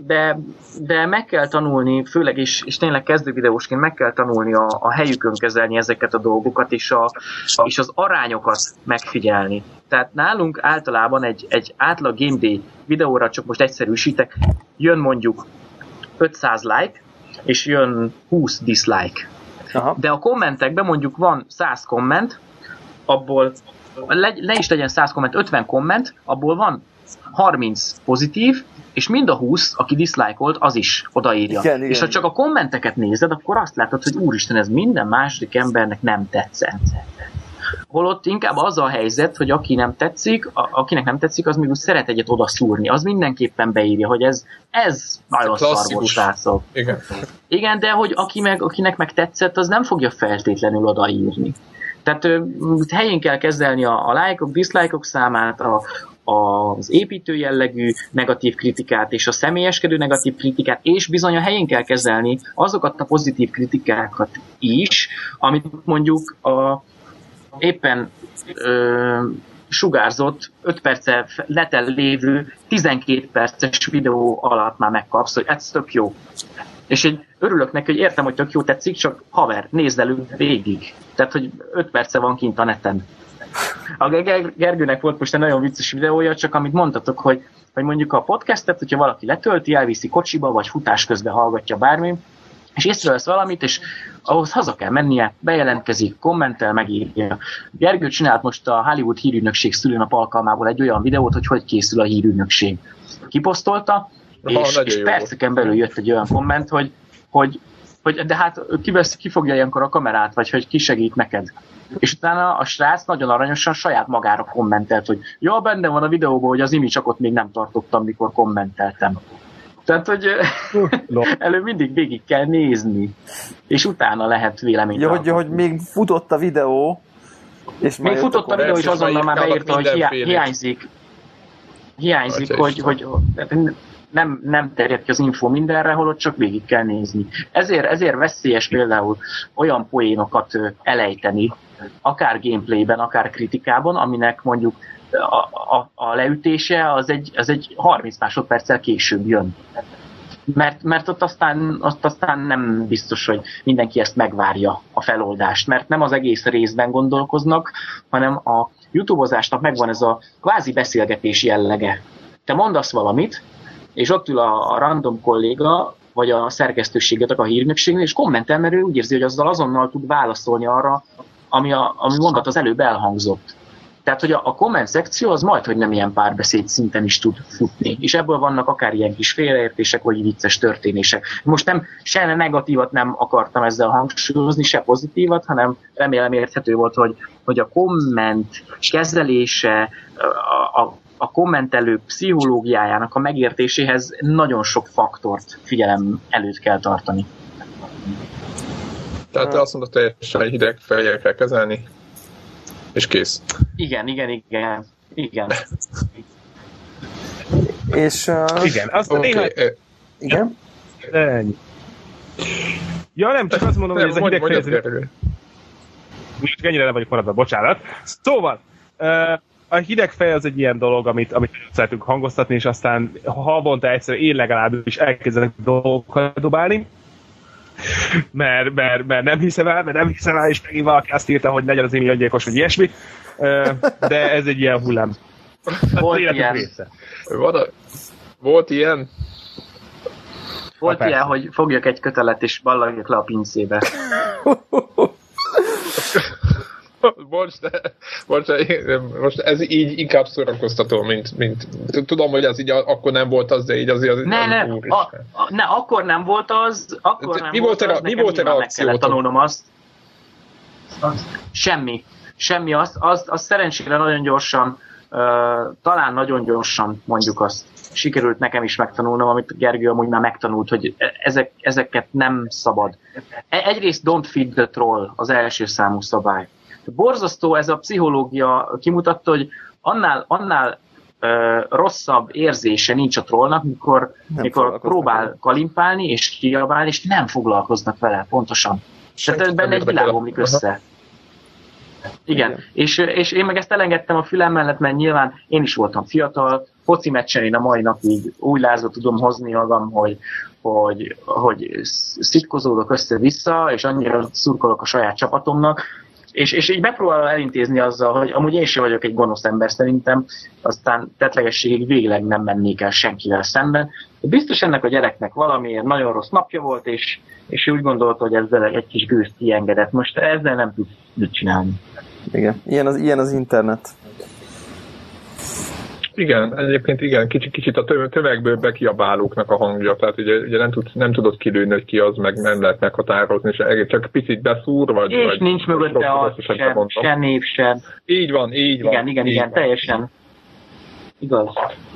de meg kell tanulni, főleg és tényleg kezdő videósként meg kell tanulni a helyükön kezelni ezeket a dolgokat, és az arányokat megfigyelni. Tehát nálunk általában egy átlag Game Day videóra, csak most egyszerűsítek, jön mondjuk 500 like, és jön 20 dislike. Aha. De a kommentekben mondjuk van 100 komment, abból le is legyen 100 komment, 50 komment, abból van 30 pozitív, és mind a 20, aki dislike-olt, az is odaírja. Igen, és ha csak a kommenteket nézed, akkor azt látod, hogy úristen, ez minden második embernek nem tetszett. Holott inkább az a helyzet, hogy akinek nem tetszik, az még úgy szeret egyet odaszúrni. Az mindenképpen beírja, hogy ez nagyon szar volt, srácok. Igen, de hogy akinek meg tetszett, az nem fogja feltétlenül odaírni. Tehát helyén kell kezelni a like-ok, dislike-ok számát, az építő jellegű negatív kritikát és a személyeskedő negatív kritikát, és bizony a helyén kell kezelni azokat a pozitív kritikákat is, amit mondjuk éppen sugárzott 5 perce letel lévő 12 perces videó alatt már megkapsz, hogy ez tök jó. És örülök neki, hogy értem, hogy tök jó tetszik, csak haver, nézd elő végig. Tehát, hogy 5 perce van kint a neten. A Gergőnek volt most egy nagyon vicces videója, csak amit mondtatok, hogy mondjuk a podcastet, hogyha valaki letölti, elviszi kocsiba, vagy futás közben hallgatja bármi, és észrevesz valamit, és ahhoz haza kell mennie, bejelentkezik, kommentel, megírja. Gergő csinált most a Hollywood hírügynökség szülőnap alkalmából egy olyan videót, hogy készül a hírügynökség. Kiposztolta, és perceken belül jött egy olyan komment, hogy de hát ki fogja ilyenkor a kamerát, vagy hogy ki segít neked. És utána a srác nagyon aranyosan saját magára kommentelt, hogy ja, benne van a videóban, hogy az imicsakot még nem tartottam, mikor kommenteltem. Tehát, hogy elő mindig végig kell nézni, és utána lehet véleményt. Ja, hogy még futott a videó, és még futott a videó, és azonnal már beírta, hogy hiányzik, hogy nem terjed ki az info mindenre, holott csak végig kell nézni. Ezért veszélyes például olyan poénokat elejteni, akár gameplayben, akár kritikában, aminek mondjuk a leütése az egy 30 másodperccel később jön. Mert ott aztán nem biztos, hogy mindenki ezt megvárja, a feloldást, mert nem az egész részben gondolkoznak, hanem a YouTube-ozásnak megvan ez a kvázi beszélgetés jellege. Te mondasz valamit, és ott ül a random kolléga, vagy a szerkesztőségetek a hírnökségnél, és kommentel, mert ő úgy érzi, hogy azzal azonnal tud válaszolni arra, ami mondat az előbb elhangzott. Tehát, hogy a komment szekció az majd, hogy nem ilyen párbeszéd szinten is tud futni. És ebből vannak akár ilyen kis félreértések, vagy vicces történések. Most nem, se negatívat nem akartam ezzel hangsúlyozni, se pozitívat, hanem remélem érthető volt, hogy a komment kezelése, a kommentelő pszichológiájának a megértéséhez nagyon sok faktort figyelem előtt kell tartani. Tehát te azt mondod, teljesen hideg fejjel kell kezelni, és kész. Igen. És... Igen, azt okay. Igen? Ennyi. Ja, nem, csak azt mondom, hogy ez a hideg fejezet... Most ennyire le vagyok maradva, bocsánat. Szóval, a hideg fej az egy ilyen dolog, amit szeretünk hangoztatni, és aztán havonta egyszer én legalábbis elkezdek dolgokat dobálni, mert nem hiszem el, és megint valaki azt írta, hogy legyen az én öngyilkos, vagy ilyesmi, de ez egy ilyen hullám. Volt ilyen. Volt ilyen? Volt ilyen, hogy fogjak egy kötelet, és ballagjak le a pincébe. Most ez így inkább szórakoztató, mint tudom, hogy ez így akkor nem volt az, de így azért... Ne, akkor nem volt az, mi volt a reakciót? Meg kellett tanulnom azt. Semmi, az szerencsére nagyon gyorsan, talán nagyon gyorsan mondjuk azt. Sikerült nekem is megtanulnom, amit Gergő amúgy már megtanult, hogy ezeket nem szabad. Egyrészt don't feed the troll, az első számú szabály. Borzasztó ez a pszichológia kimutatta, hogy annál rosszabb érzése nincs a trollnak, mikor próbál kalimpálni és kiabálni, és nem foglalkoznak vele, pontosan. Tehát benne egy világ omlik össze. Igen, és én meg ezt elengedtem a fülem mellett, mert nyilván én is voltam fiatal, foci meccsen én a mai napig új lázba tudom hozni magam, hogy szitkozódok össze-vissza, és annyira szurkolok a saját csapatomnak, és így megpróbálom elintézni azzal, hogy amúgy én sem vagyok egy gonosz ember szerintem, aztán tettlegességig végleg nem mennék el senkivel szemben. De biztos ennek a gyereknek valamiért nagyon rossz napja volt, és úgy gondolta, hogy ezzel egy kis gőzt kiengedett. Most ezzel nem tud mit csinálni. Igen, ilyen az internet. Igen, egyébként igen, kicsit a tömegből bekiabálóknak a hangja, tehát ugye nem tudod kilőni, hogy ki az, meg nem lehet meghatározni, és csak picit beszúr, vagy... És vagy nincs mögötte az se név sem. Így van. Igen, teljesen. Igaz.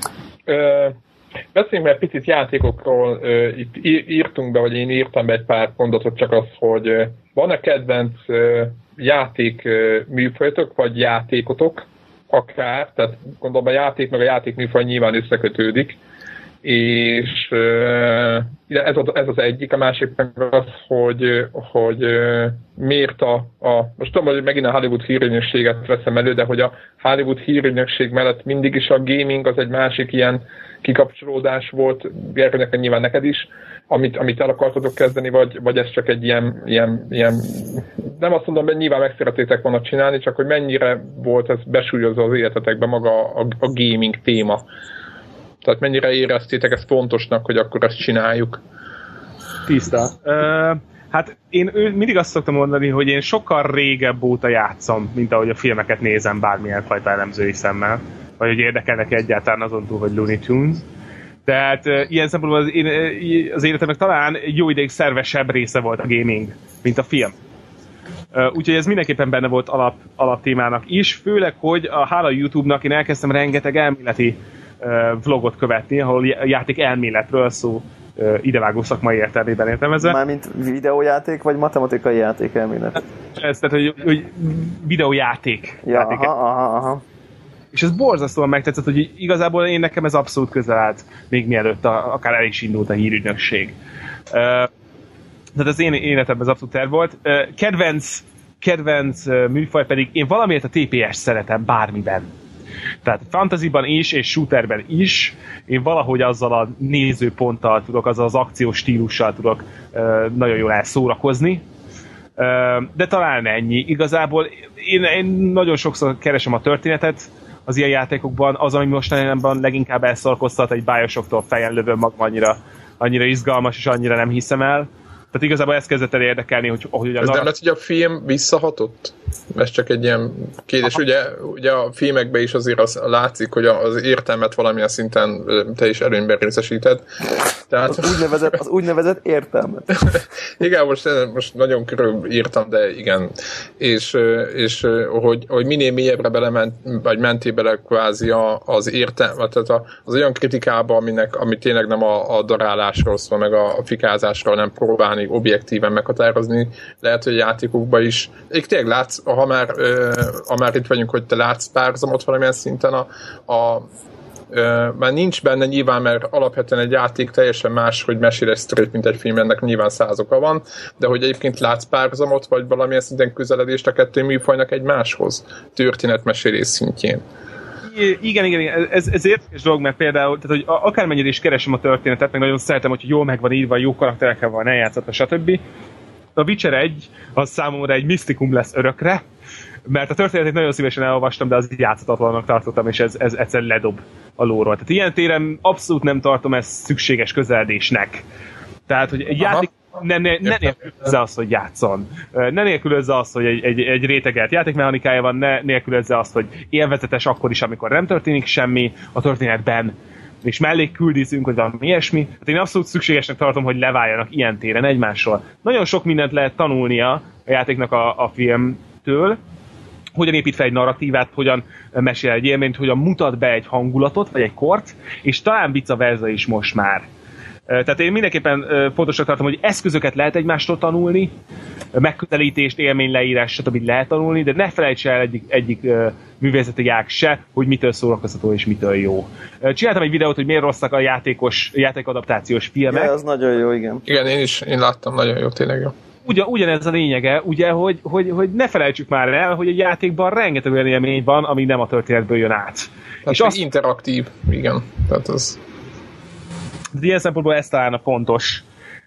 Beszéljünk egy picit játékokról, itt írtunk be, vagy én írtam be egy pár mondatot, csak az, hogy van-e kedvenc játék műfajotok, vagy játékotok, akár, tehát gondolom a játék meg a játékműfaj nyilván összekötődik, és ez az egyik, a másik meg az, hogy miért most tudom, hogy megint a Hollywood hírügynökséget veszem elő, de hogy a Hollywood hírügynökség mellett mindig is a gaming az egy másik ilyen kikapcsolódás volt, Gergőnek nyilván neked is, amit el akartatok kezdeni, vagy ez csak egy ilyen nem azt mondom, hogy nyilván megszerettétek volna csinálni, csak hogy mennyire volt ez besúlyozva az életetekben maga a gaming téma. Tehát mennyire éreztétek ezt fontosnak, hogy akkor ezt csináljuk? Tiszta. Hát én mindig azt szoktam mondani, hogy én sokkal régebb óta játszom, mint ahogy a filmeket nézem bármilyen fajta elemzői szemmel, vagy hogy érdekelnek egyáltalán azon túl, hogy Looney Tunes. Tehát ilyen szempontból az életemnek talán jó ideig szervesebb része volt a gaming, mint a film. Úgyhogy ez mindenképpen benne volt alaptémának is, főleg, hogy hála a YouTube-nak én elkezdtem rengeteg elméleti vlogot követni, ahol játék elméletről szó idevágó szakmai értelmében értelmezve. Mármint videójáték, vagy matematikai játék elmélet? Ez tehát, hogy videójáték. Ja, aha. És ez borzasztóan megtetszett, hogy igazából nekem ez abszolút közel állt, még mielőtt akár el is indult a hírügynökség. Tehát az én életemben ez abszolút terv volt. Kedvenc műfaj pedig én valamiért a TPS szeretem bármiben. Tehát fantasyban is, és shooterben is én valahogy azzal a nézőponttal tudok, azzal az akciós stílussal tudok nagyon jól elszórakozni. De talán ennyi. Igazából én nagyon sokszor keresem a történetet az ilyen játékokban, az, ami mostanában leginkább elszarkoztat, egy BioShocktól fejen lövöm magam, annyira izgalmas, és annyira nem hiszem el. Tehát igazából ezt kezdett el érdekelni, hogy ez nem lesz, hogy a film visszahatott? Ez csak egy ilyen kérdés. Ugye a filmekben is azért az látszik, hogy az értelmet valamilyen szinten te is előnyben részesíted. Tehát... Az úgynevezett értelmet. Igen, most nagyon körülírtam, de igen. És hogy minél mélyebbre belement, vagy mentél bele kvázi az értelmet, tehát az olyan kritikába, ami tényleg nem a darálásról szól, meg a fikázásról, nem próbálni objektíven meghatározni, lehet, hogy a játékokban is. Én tényleg látsz, ha már itt vagyunk, hogy te látsz párhuzamot valamilyen szinten már nincs benne nyilván, mert alapvetően egy játék teljesen más, hogy mesél egy sztorit, mint egy film, ennek nyilván százoka van, de hogy egyébként látsz párhuzamot, vagy valamilyen szinten közeledést a kettő műfajnak egymáshoz, történetmesélés szintjén. Igen, ez érdekes dolog, mert például, tehát, hogy akármennyire is keresem a történetet, meg nagyon szeretem, hogy jól meg van írva, jó karakterekkel van eljátszott, stb. A Witcher 1 az számomra egy misztikum lesz örökre, mert a történetét nagyon szívesen elolvastam, de az játszhatatlannak tartottam, és ez egyszerűen ledob a lóról. Tehát ilyen téren abszolút nem tartom ezt szükséges közeledésnek. Tehát, hogy egy játék ne nélkülözze azt, hogy játszon. Ne nélkülözze azt, hogy egy rétegelt játékmechanikája van, ne nélkülözze azt, hogy élvezetes akkor is, amikor nem történik semmi a történetben, és mellé küldizünk, hogy valami ilyesmi. Hát én abszolút szükségesnek tartom, hogy leváljanak ilyen téren egymásról. Nagyon sok mindent lehet tanulnia a játéknak a filmtől, hogyan épít fel egy narratívát, hogyan mesél egy élményt, hogyan mutat be egy hangulatot, vagy egy kort, és talán vice versa is most már. Tehát én mindenképpen fontosnak tartom, hogy eszközöket lehet egymástól tanulni, megközelítést, élményleírás, stb. Lehet tanulni, de ne felejts el egyik művészeti ág se, hogy mitől szórakoztató és mitől jó. Csináltam egy videót, hogy miért rosszak a játékadaptációs filmek. Ja, az nagyon jó, igen. Igen, én láttam, nagyon jó, tényleg jó. Ugyanez a lényege, ugye, hogy ne felejtsük már el, hogy a játékban rengeteg olyan élmény van, ami nem a történetből jön át. Tehát és az interaktív, igen. Tehát az... De ilyen szempontból ez talán a fontos.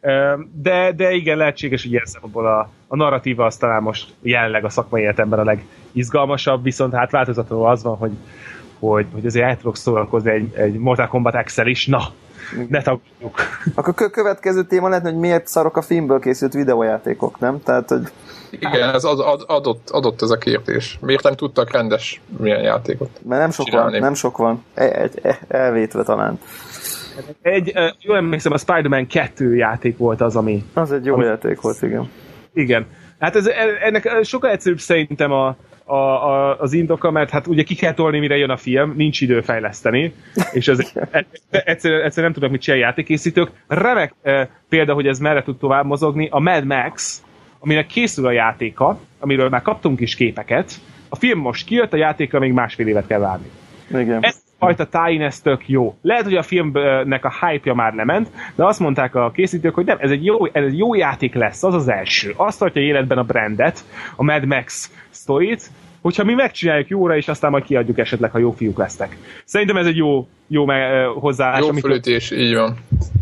De igen, lehetséges, hogy ilyen szempontból a narratíva az talán most jelenleg a szakmai életemben a legizgalmasabb, viszont hát változatlanul az van, hogy azért el tudok szórakozni egy Mortal Kombat X-el is, na, ne tagadjuk. Akkor következő téma lehet, hogy miért szarok a filmből készült videójátékok, nem? Tehát, hogy... Igen, ez adott ez a kérdés. Miért nem tudtak rendes milyen játékot? Mert nem sok van. Elvétve talán. Jól emlékszem, a Spider-Man 2 játék volt az, ami... Az egy jó játék volt, igen. Igen. Hát ennek sokkal egyszerűbb szerintem az indoka, mert hát ugye ki kell tolni, mire jön a film, nincs idő fejleszteni, és egyszerűen nem tudnak mit csinálni játékkészítők. Remek példa, hogy ez merre tud tovább mozogni, a Mad Max, aminek készül a játéka, amiről már kaptunk is képeket, a film most kijött, a játékra még másfél évet kell várni. Igen. Ez fajta tájén ez tök jó. Lehet, hogy a filmnek a hype-ja már lement, de azt mondták a készítők, hogy nem, ez egy jó játék lesz, az az első. Azt tartja életben a brandet, a Mad Max sztorit, hogyha mi megcsináljuk jóra, és aztán majd kiadjuk esetleg, ha jó fiúk lesznek. Szerintem ez egy jó hozzáállás. Jó fölütés, így van.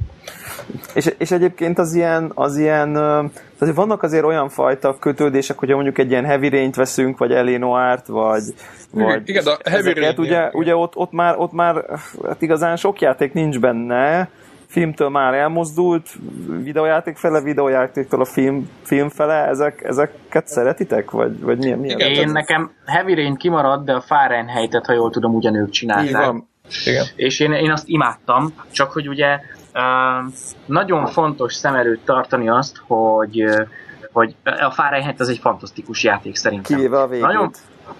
És egyébként az ilyen tehát vannak azért olyan fajta kötődések, hogyha mondjuk egy ilyen Heavy Rain-t veszünk, vagy Eleanor-t, vagy igen, a Heavy Rain, ugye ott már hát igazán sok játék nincs benne, filmtől már elmozdult, videójáték fele, videójátéktól a film fele, ezeket szeretitek? Vagy milyen? Igen, nekem Heavy Rain kimaradt, de a Fahrenheit-et, ha jól tudom, ugyanők csinálták. Igen. És én azt imádtam, csak hogy ugye nagyon fontos szem előtt tartani azt, hogy a Fahrenheit az egy fantasztikus játék szerintem. Kivéve a végét. Nagyon...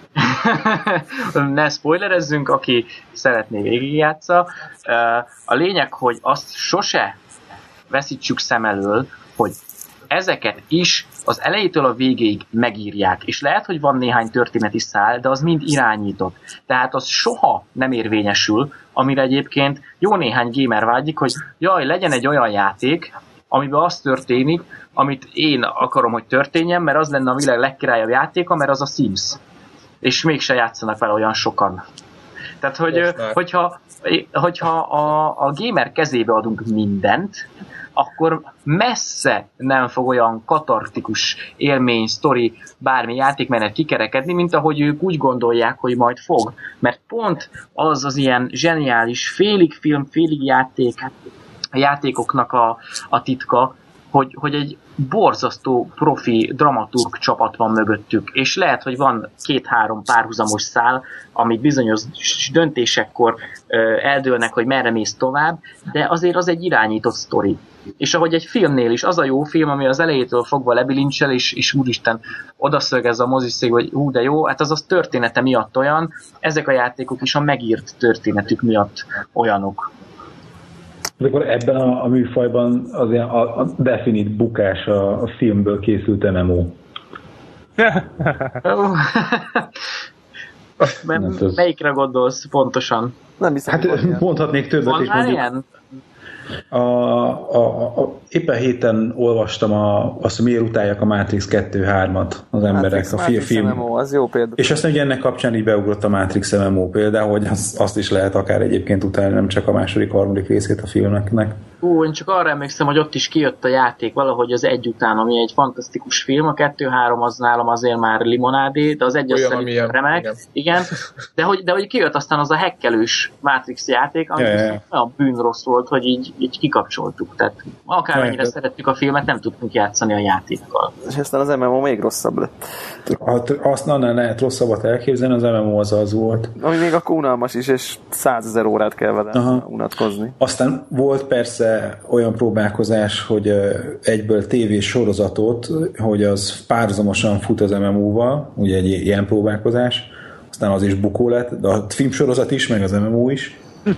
Ne spoilerezzünk, aki szeretné végigjátsza. A lényeg, hogy azt sose veszítsük szem elől, hogy ezeket is az elejétől a végéig megírják, és lehet, hogy van néhány történeti szál, de az mind irányított. Tehát az soha nem érvényesül, amire egyébként jó néhány gamer vágyik, hogy jaj, legyen egy olyan játék, amiben az történik, amit én akarom, hogy történjen, mert az lenne a világ legkirályabb játéka, mert az a Sims. És mégse játszanak vele olyan sokan. Tehát, hogyha a gamer kezébe adunk mindent, akkor messze nem fog olyan katartikus élmény, sztori, bármi játékmenet kikerekedni, mint ahogy ők úgy gondolják, hogy majd fog. Mert pont az ilyen zseniális félig film, félig játékoknak a titka, hogy egy borzasztó profi dramaturg csapat van mögöttük, és lehet, hogy van 2-3 párhuzamos szál, amik bizonyos döntésekkor eldőlnek, hogy merre mész tovább, de azért az egy irányított sztori. És ahogy egy filmnél is, az a jó film, ami az elejétől fogva lebilincsel, és úristen, odaszögez a moziszék, hogy hú, de jó, hát az története miatt olyan, ezek a játékok is a megírt történetük miatt olyanok. De akkor ebben a műfajban az ilyen a definit bukás a filmből készült MMO. Melyikre gondolsz pontosan? Nem hiszem, hát mondhatnék többet is, mondjuk. Ilyen? Éppen héten olvastam azt, miért utálják a Matrix 2-3-at az emberek. Matrix MMO, az jó példa. És aztán ugye ennek kapcsán így beugrott a Matrix MMO például, hogy azt is lehet akár egyébként utálni, nem csak a második, harmadik részét a filmeknek. Én csak arra emlékszem, hogy ott is kijött a játék valahogy az egy után, ami egy fantasztikus film, a 2-3 az nálam azért már limonádé, de az egy az szerintem remek. Igen. De hogy kijött aztán az a hekkelős Matrix játék, ami olyan bűnrossz volt, hogy így kikapcsoltuk. Tehát akármennyire szerettük a filmet, nem tudtunk játszani a játékkal. És aztán az MMO még rosszabb lett. Azt nem lehet rosszabbat elképzelni, az MMO az volt. Ami még akkor unalmas is, és 100 000 órát kell vele unatkozni. Aztán volt persze olyan próbálkozás, hogy egyből tévés sorozatot, hogy az párhuzamosan fut az MMO-val, ugye egy ilyen próbálkozás, aztán az is bukó lett, de a filmsorozat is, meg az MMO is.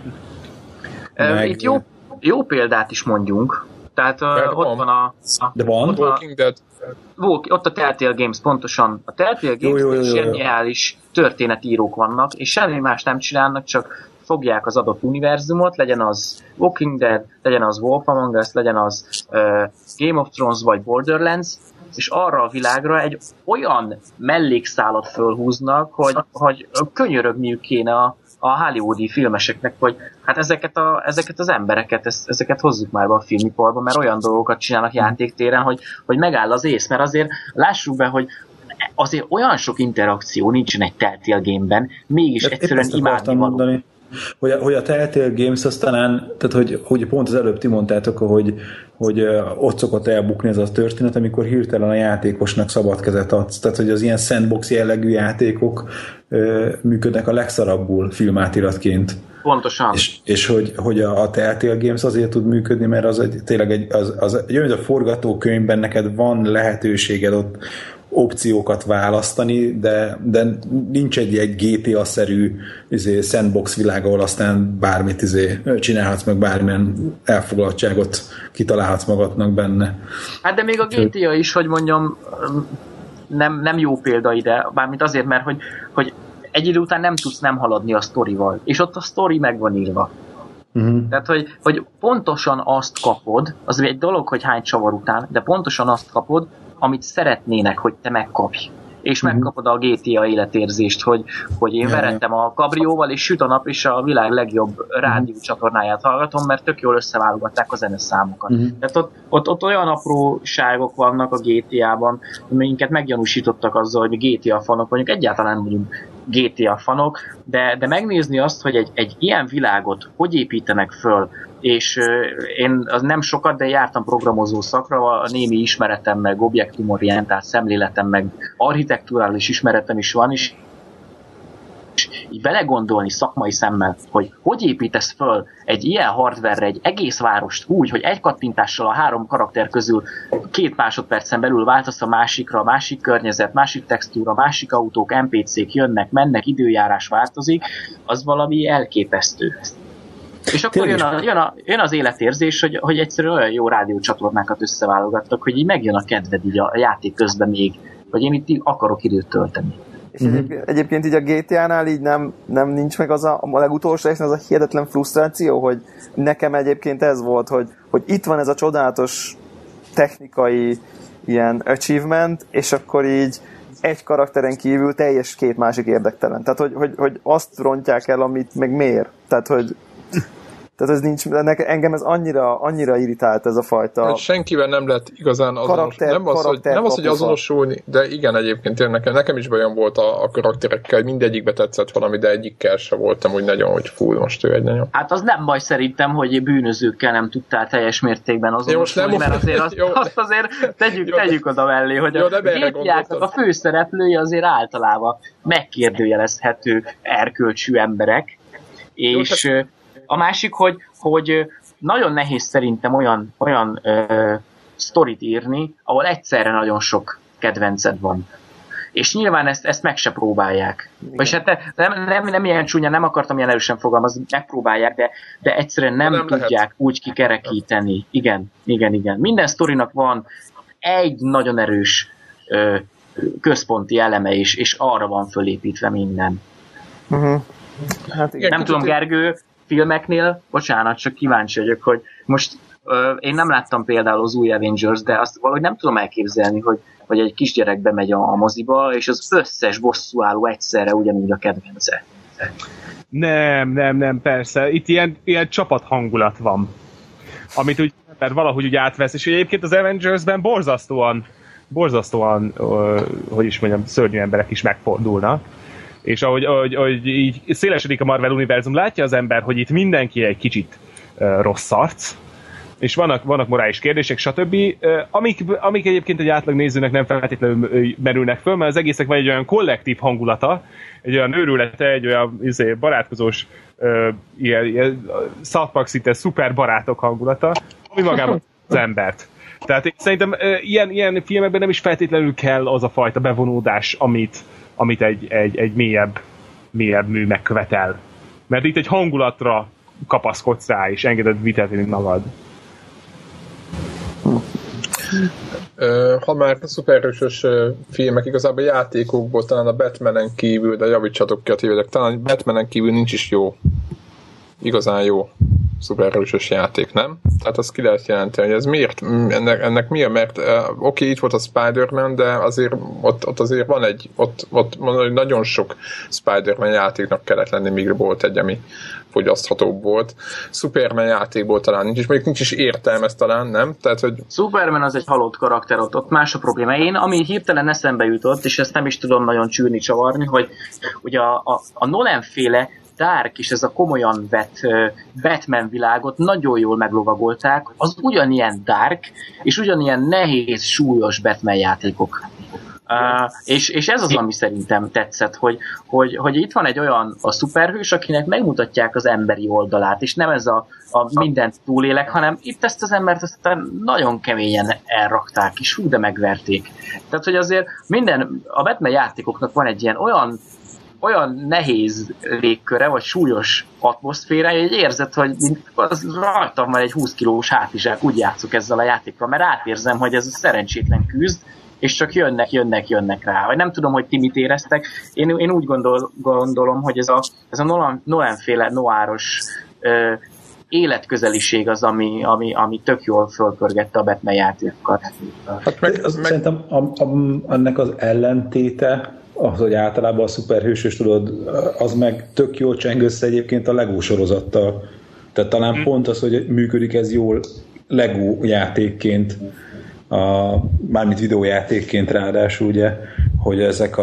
Itt jó példát is mondjunk. Tehát ott van a Walking Dead. Ott a Telltale Games, pontosan. A Telltale Games zseniális történetírók vannak, és semmi más nem csinálnak, csak fogják az adott univerzumot, legyen az Walking Dead, legyen az Wolf Among Us, legyen az Game of Thrones vagy Borderlands, és arra a világra egy olyan mellékszálat fölhúznak, hogy könyörögniük kéne a hollywoodi filmeseknek, hogy hát ezeket az embereket, ezeket hozzuk már be a filmiparba, mert olyan dolgokat csinálnak játéktéren, hogy megáll az ész, mert azért lássuk be, hogy azért olyan sok interakció nincsen egy Telltale Game-ben, mégis egyszerűen imádni való. Hogy a Telltale Games az talán, tehát hogy pont az előbb ti mondtátok, hogy ott szokott elbukni ez a történet, amikor hirtelen a játékosnak szabad kezet adsz. Tehát, hogy az ilyen sandbox jellegű játékok működnek a legszarabbul filmátiratként. Pontosan. És hogy a Telltale Games azért tud működni, mert az tényleg egy olyan, a forgatókönyvben neked van lehetőséged ott opciókat választani, de nincs egy GTA-szerű sandbox világ, ahol aztán bármit csinálhatsz, meg bármilyen elfoglaltságot kitalálhatsz magadnak benne. Hát de még a GTA is, hogy mondjam, nem jó példa ide, bármint azért, mert hogy egy idő után nem tudsz nem haladni a sztorival, és ott a sztori meg van írva. Tehát, hogy pontosan azt kapod, az egy dolog, hogy hány csavar után, de pontosan azt kapod, amit szeretnének, hogy te megkapj. És megkapod a GTA életérzést, hogy én verettem a kabrióval, és süt a nap, és a világ legjobb rádió csatornáját hallgatom, mert tök jól összeválogatták a zeneszámokat. Tehát ott olyan apróságok vannak a GTA-ban, minket meggyanúsítottak azzal, hogy GTA fanok vagyunk, egyáltalán nem vagyunk GTA fanok, de megnézni azt, hogy egy ilyen világot hogy építenek föl, és én az nem sokat, de jártam programozó szakra, a némi ismeretem, meg objektumorientált szemléletem, meg architekturális ismeretem is van, és így belegondolni szakmai szemmel, hogy építesz föl egy ilyen hardware-re egy egész várost úgy, hogy egy kattintással a 3 karakter közül 2 másodpercen belül váltasz a másikra, a másik környezet, másik textúra, másik autók, NPC-k jönnek, mennek, időjárás változik, az valami elképesztő. És akkor jön az életérzés, hogy egyszerűen olyan jó rádiócsatornákat összeválogattak, hogy így megjön a kedved így a játék közben még, hogy én itt akarok időt tölteni. És egyébként így a GTA-nál így nem nincs meg az a legutolsó részen az a hihetetlen frusztráció, hogy nekem egyébként ez volt, hogy itt van ez a csodálatos technikai ilyen achievement, és akkor így egy karakteren kívül teljes két másik érdektelen. Tehát, hogy azt rontják el, amit meg miért. Tehát ez nincs, engem ez annyira irritált ez a fajta... Hogy senkivel nem lehet igazán azonos... Nem az, hogy azonosulni, de igen, egyébként nekem is bajom volt a karakterekkel, mindegyikbe tetszett valami, de egyikkel se voltam úgy nagyon, hogy fú, most ő egy nagyon. Hát az nem baj szerintem, hogy bűnözőkkel nem tudtál teljes mértékben azonosulni, mert azért azt azért tegyük oda mellé, hogy a GTA-knak a főszereplői azért általában megkérdőjelezhető erkölcsű emberek, és... A másik, hogy nagyon nehéz szerintem olyan sztorit írni, ahol egyszerre nagyon sok kedvenced van. És nyilván ezt meg se próbálják. Vagy hát nem ilyen csúnya, nem akartam ilyen erősen fogalmazni, megpróbálják, de egyszerűen nem tudják lehet úgy kikerekíteni. Igen. Minden sztorinak van egy nagyon erős központi eleme is, és arra van fölépítve minden. Uh-huh. Hát igen, nem tudom, Gergő, filmeknél, bocsánat, csak kíváncsi vagyok, hogy most én nem láttam például az új Avengers, de azt valahogy nem tudom elképzelni, hogy egy kisgyerek bemegy a moziba, és az összes bosszúálló egyszerre ugyanúgy a kedvence. Nem, persze. Itt ilyen csapat hangulat van, amit úgy valahogy úgy átvesz, és egyébként az Avengersben borzasztóan hogy is mondjam, szörnyű emberek is megfordulnak. És ahogy így szélesedik a Marvel univerzum, látja az ember, hogy itt mindenki egy kicsit rossz arc, és vannak morális kérdések, stb. Amik egyébként egy átlag nézőnek nem feltétlenül merülnek föl, mert az egésznek van egy olyan kollektív hangulata, egy olyan őrülete, egy olyan barátkozós, ilyen South Park szinte szuper barátok hangulata, ami magában az embert. Tehát én szerintem ilyen filmekben nem is feltétlenül kell az a fajta bevonódás, amit egy mélyebb mű megkövetel. Mert itt egy hangulatra kapaszkodsz rá, és engeded vitetni magad. Ha már a szuperhősös filmek, igazából játékokból talán a Batmanen kívül, de javítsatok ki a tévedek, talán a Batmanen kívül nincs is jó, igazán jó szuperhősös játék, nem? Tehát azt ki lehet jelenteni, hogy ez miért? Ennek mi a? Mert oké, itt volt a Spider-Man, de azért ott azért van ott mondom, hogy nagyon sok Spider-Man játéknak kellett lenni, míg volt egy, ami fogyaszthatóbb volt. Superman játékból talán nincs, és mondjuk nincs is értelme talán, nem? Tehát, hogy... Superman az egy halott karakter, ott más a probléma. Ami hirtelen eszembe jutott, és ezt nem is tudom nagyon csűrni, csavarni, hogy ugye a Nolan-féle Dark és ez a komolyan vett Batman világot nagyon jól meglovagolták, az ugyanilyen dark, és ugyanilyen nehéz, súlyos Batman játékok. És ez az, ami szerintem tetszett, hogy itt van egy olyan a szuperhős, akinek megmutatják az emberi oldalát, és nem ez a mindent túlélek, hanem itt ezt az embert aztán nagyon keményen elrakták, és hú, de megverték. Tehát, hogy azért a Batman játékoknak van egy ilyen olyan nehéz légköre, vagy súlyos atmoszférája, hogy érzed, hogy az rajtam van egy 20 kilós hátizsák, úgy játszok ezzel a játékkal, mert átérzem, hogy ez a szerencsétlen küzd, és csak jönnek rá. Vagy nem tudom, hogy ti mit éreztek. Én úgy gondolom, hogy ez a Nolan-féle noáros életközeliség az, ami tök jól fölpörgette a Batman játékokat. Hát szerintem ennek az ellentéte az, hogy általában a szuperhősös, tudod, az meg tök jól cseng össze egyébként a Lego sorozattal. Tehát talán pont az, hogy működik ez jól Lego játékként, mármint videójátékként ráadásul, ugye, hogy ezek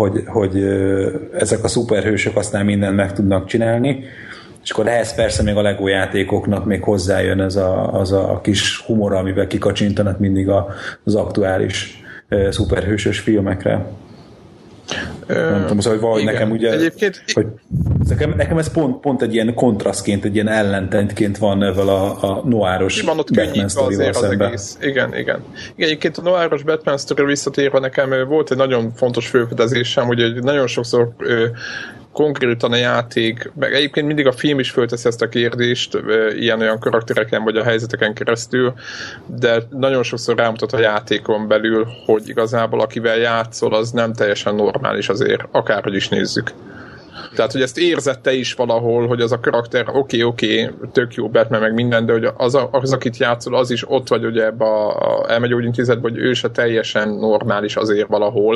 a szuperhősök aztán mindent meg tudnak csinálni, és akkor ehhez persze még a Lego játékoknak még hozzájön az a kis humor, amivel kikacsintanak mindig az aktuális szuperhősös filmekre. Nem tudom, szóval, hogy valahogy nekem ugye, hogy nekem ez pont egy ilyen kontrasztként, egy ilyen ellentétként van ezzel a noáros Batman sztorival szemben. Igen. Egyébként a noáros Batman sztori visszatérve nekem volt egy nagyon fontos felfedezésem, hogy nagyon sokszor konkrétan a játék, meg egyébként mindig a film is fölteszi ezt a kérdést ilyen-olyan karaktereken vagy a helyzeteken keresztül, de nagyon sokszor rámutat a játékon belül, hogy igazából akivel játszol, az nem teljesen normális azért, akárhogy is nézzük. Tehát, hogy ezt érzette is valahol, hogy az a karakter oké, tök jó Batman meg minden, de hogy az akit játszol, az is ott vagy ugye ebbe a elmegyógyintézetben, hogy ő se teljesen normális azért valahol,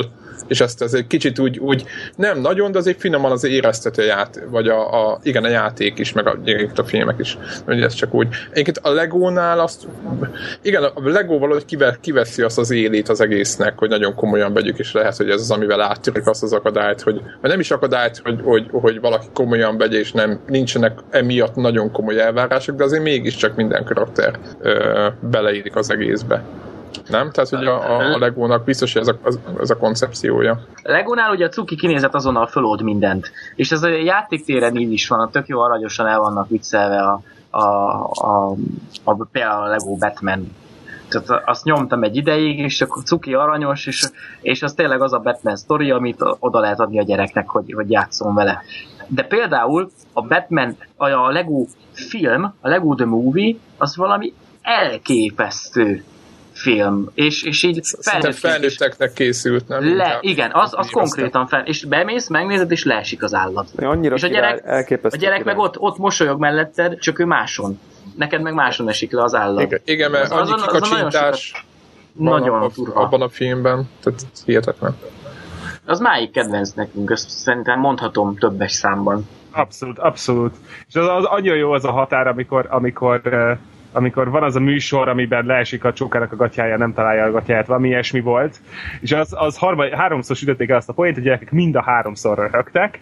és ezt egy kicsit úgy nem nagyon, de azért finoman az éreztető vagy a játék is, meg a filmek is. Ugye ez csak úgy. Egyébként a Legónál igen, a Lego valahogy kiveszi azt az élét az egésznek, hogy nagyon komolyan vegyük, és lehet, hogy ez az, amivel áttörjük azt az akadályt, vagy nem is akadályt, hogy valaki komolyan vegye, és nincsenek emiatt nagyon komoly elvárások, de azért mégiscsak minden karakter beleillik az egészbe. Nem? Tehát, hogy a Legónak biztos, hogy ez a koncepciója. A Legónál ugye a cuki kinézet azonnal fölold mindent. És ez a játéktéren így is van, tök jó aranyosan el vannak viccelve például a Lego Batman. Tehát azt nyomtam egy ideig, és akkor cuki aranyos, és az tényleg az a Batman sztori, amit oda lehet adni a gyereknek, hogy játszom vele. De például a Batman, a Lego film, a Lego The Movie, az valami elképesztő film, és így felnőtteknek készült, nem? Igen, az konkrétan és bemész, megnézed, és leesik az állat. Annyira és a gyerek meg ott mosolyog melletted, csak ő máson. Neked meg máson esik le az állat. Igen, mert annyi kikacsintás nagyon abban a filmben, tehát hihetetlen. Az máig kedvenc nekünk, ezt szerintem mondhatom többes számban. Abszolút. És az annyira jó az a határ, amikor van az a műsor, amiben leesik a csókának a gatyája, nem találja a gatyáját, valami ilyesmi volt, és az háromszor sütötték el azt a poént, hogy gyerekek mind a háromszor röhögtek,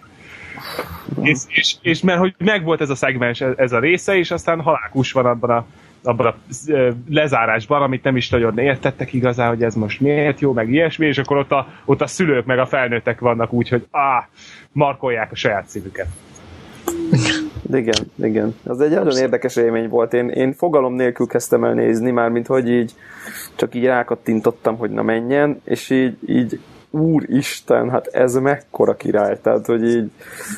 és mert hogy megvolt ez a szegmens, ez a része, és aztán halálkus van abban a lezárásban, amit nem is nagyon értettek igazán, hogy ez most miért jó, meg ilyesmi, és akkor ott a szülők meg a felnőttek vannak úgy, hogy markolják a saját szívüket. Igen. Az egy nagyon érdekes élmény volt. Én fogalom nélkül kezdtem el nézni, mármint hogy így csak így rákattintottam, hogy na menjen, és így úristen, hát ez mekkora király, tehát hogy így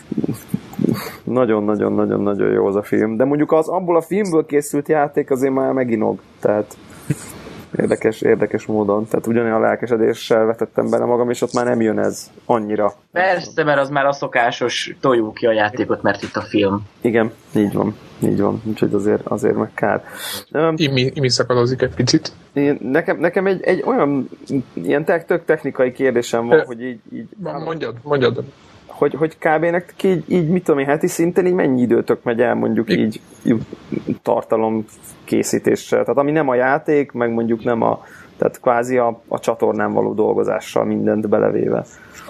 nagyon-nagyon-nagyon-nagyon jó az a film, de mondjuk abból a filmből készült játék azért már meginog, tehát érdekes módon, tehát ugyanolyan lelkesedéssel vetettem bele magam, és ott már nem jön ez annyira. Persze, mert az már a szokásos toljuk ki a játékot, mert itt a film. Igen, így van, úgyhogy azért meg kár. Imi szakadozik egy picit. Nekem egy olyan ilyen tök technikai kérdésem van, hogy így mondjad. Hogy kb. Nektek így mit tudom én, heti szinten így mennyi időtök megy el mondjuk így tartalom készítéssel, tehát ami nem a játék, meg mondjuk nem tehát kvázi a csatornán való dolgozással mindent belevéve.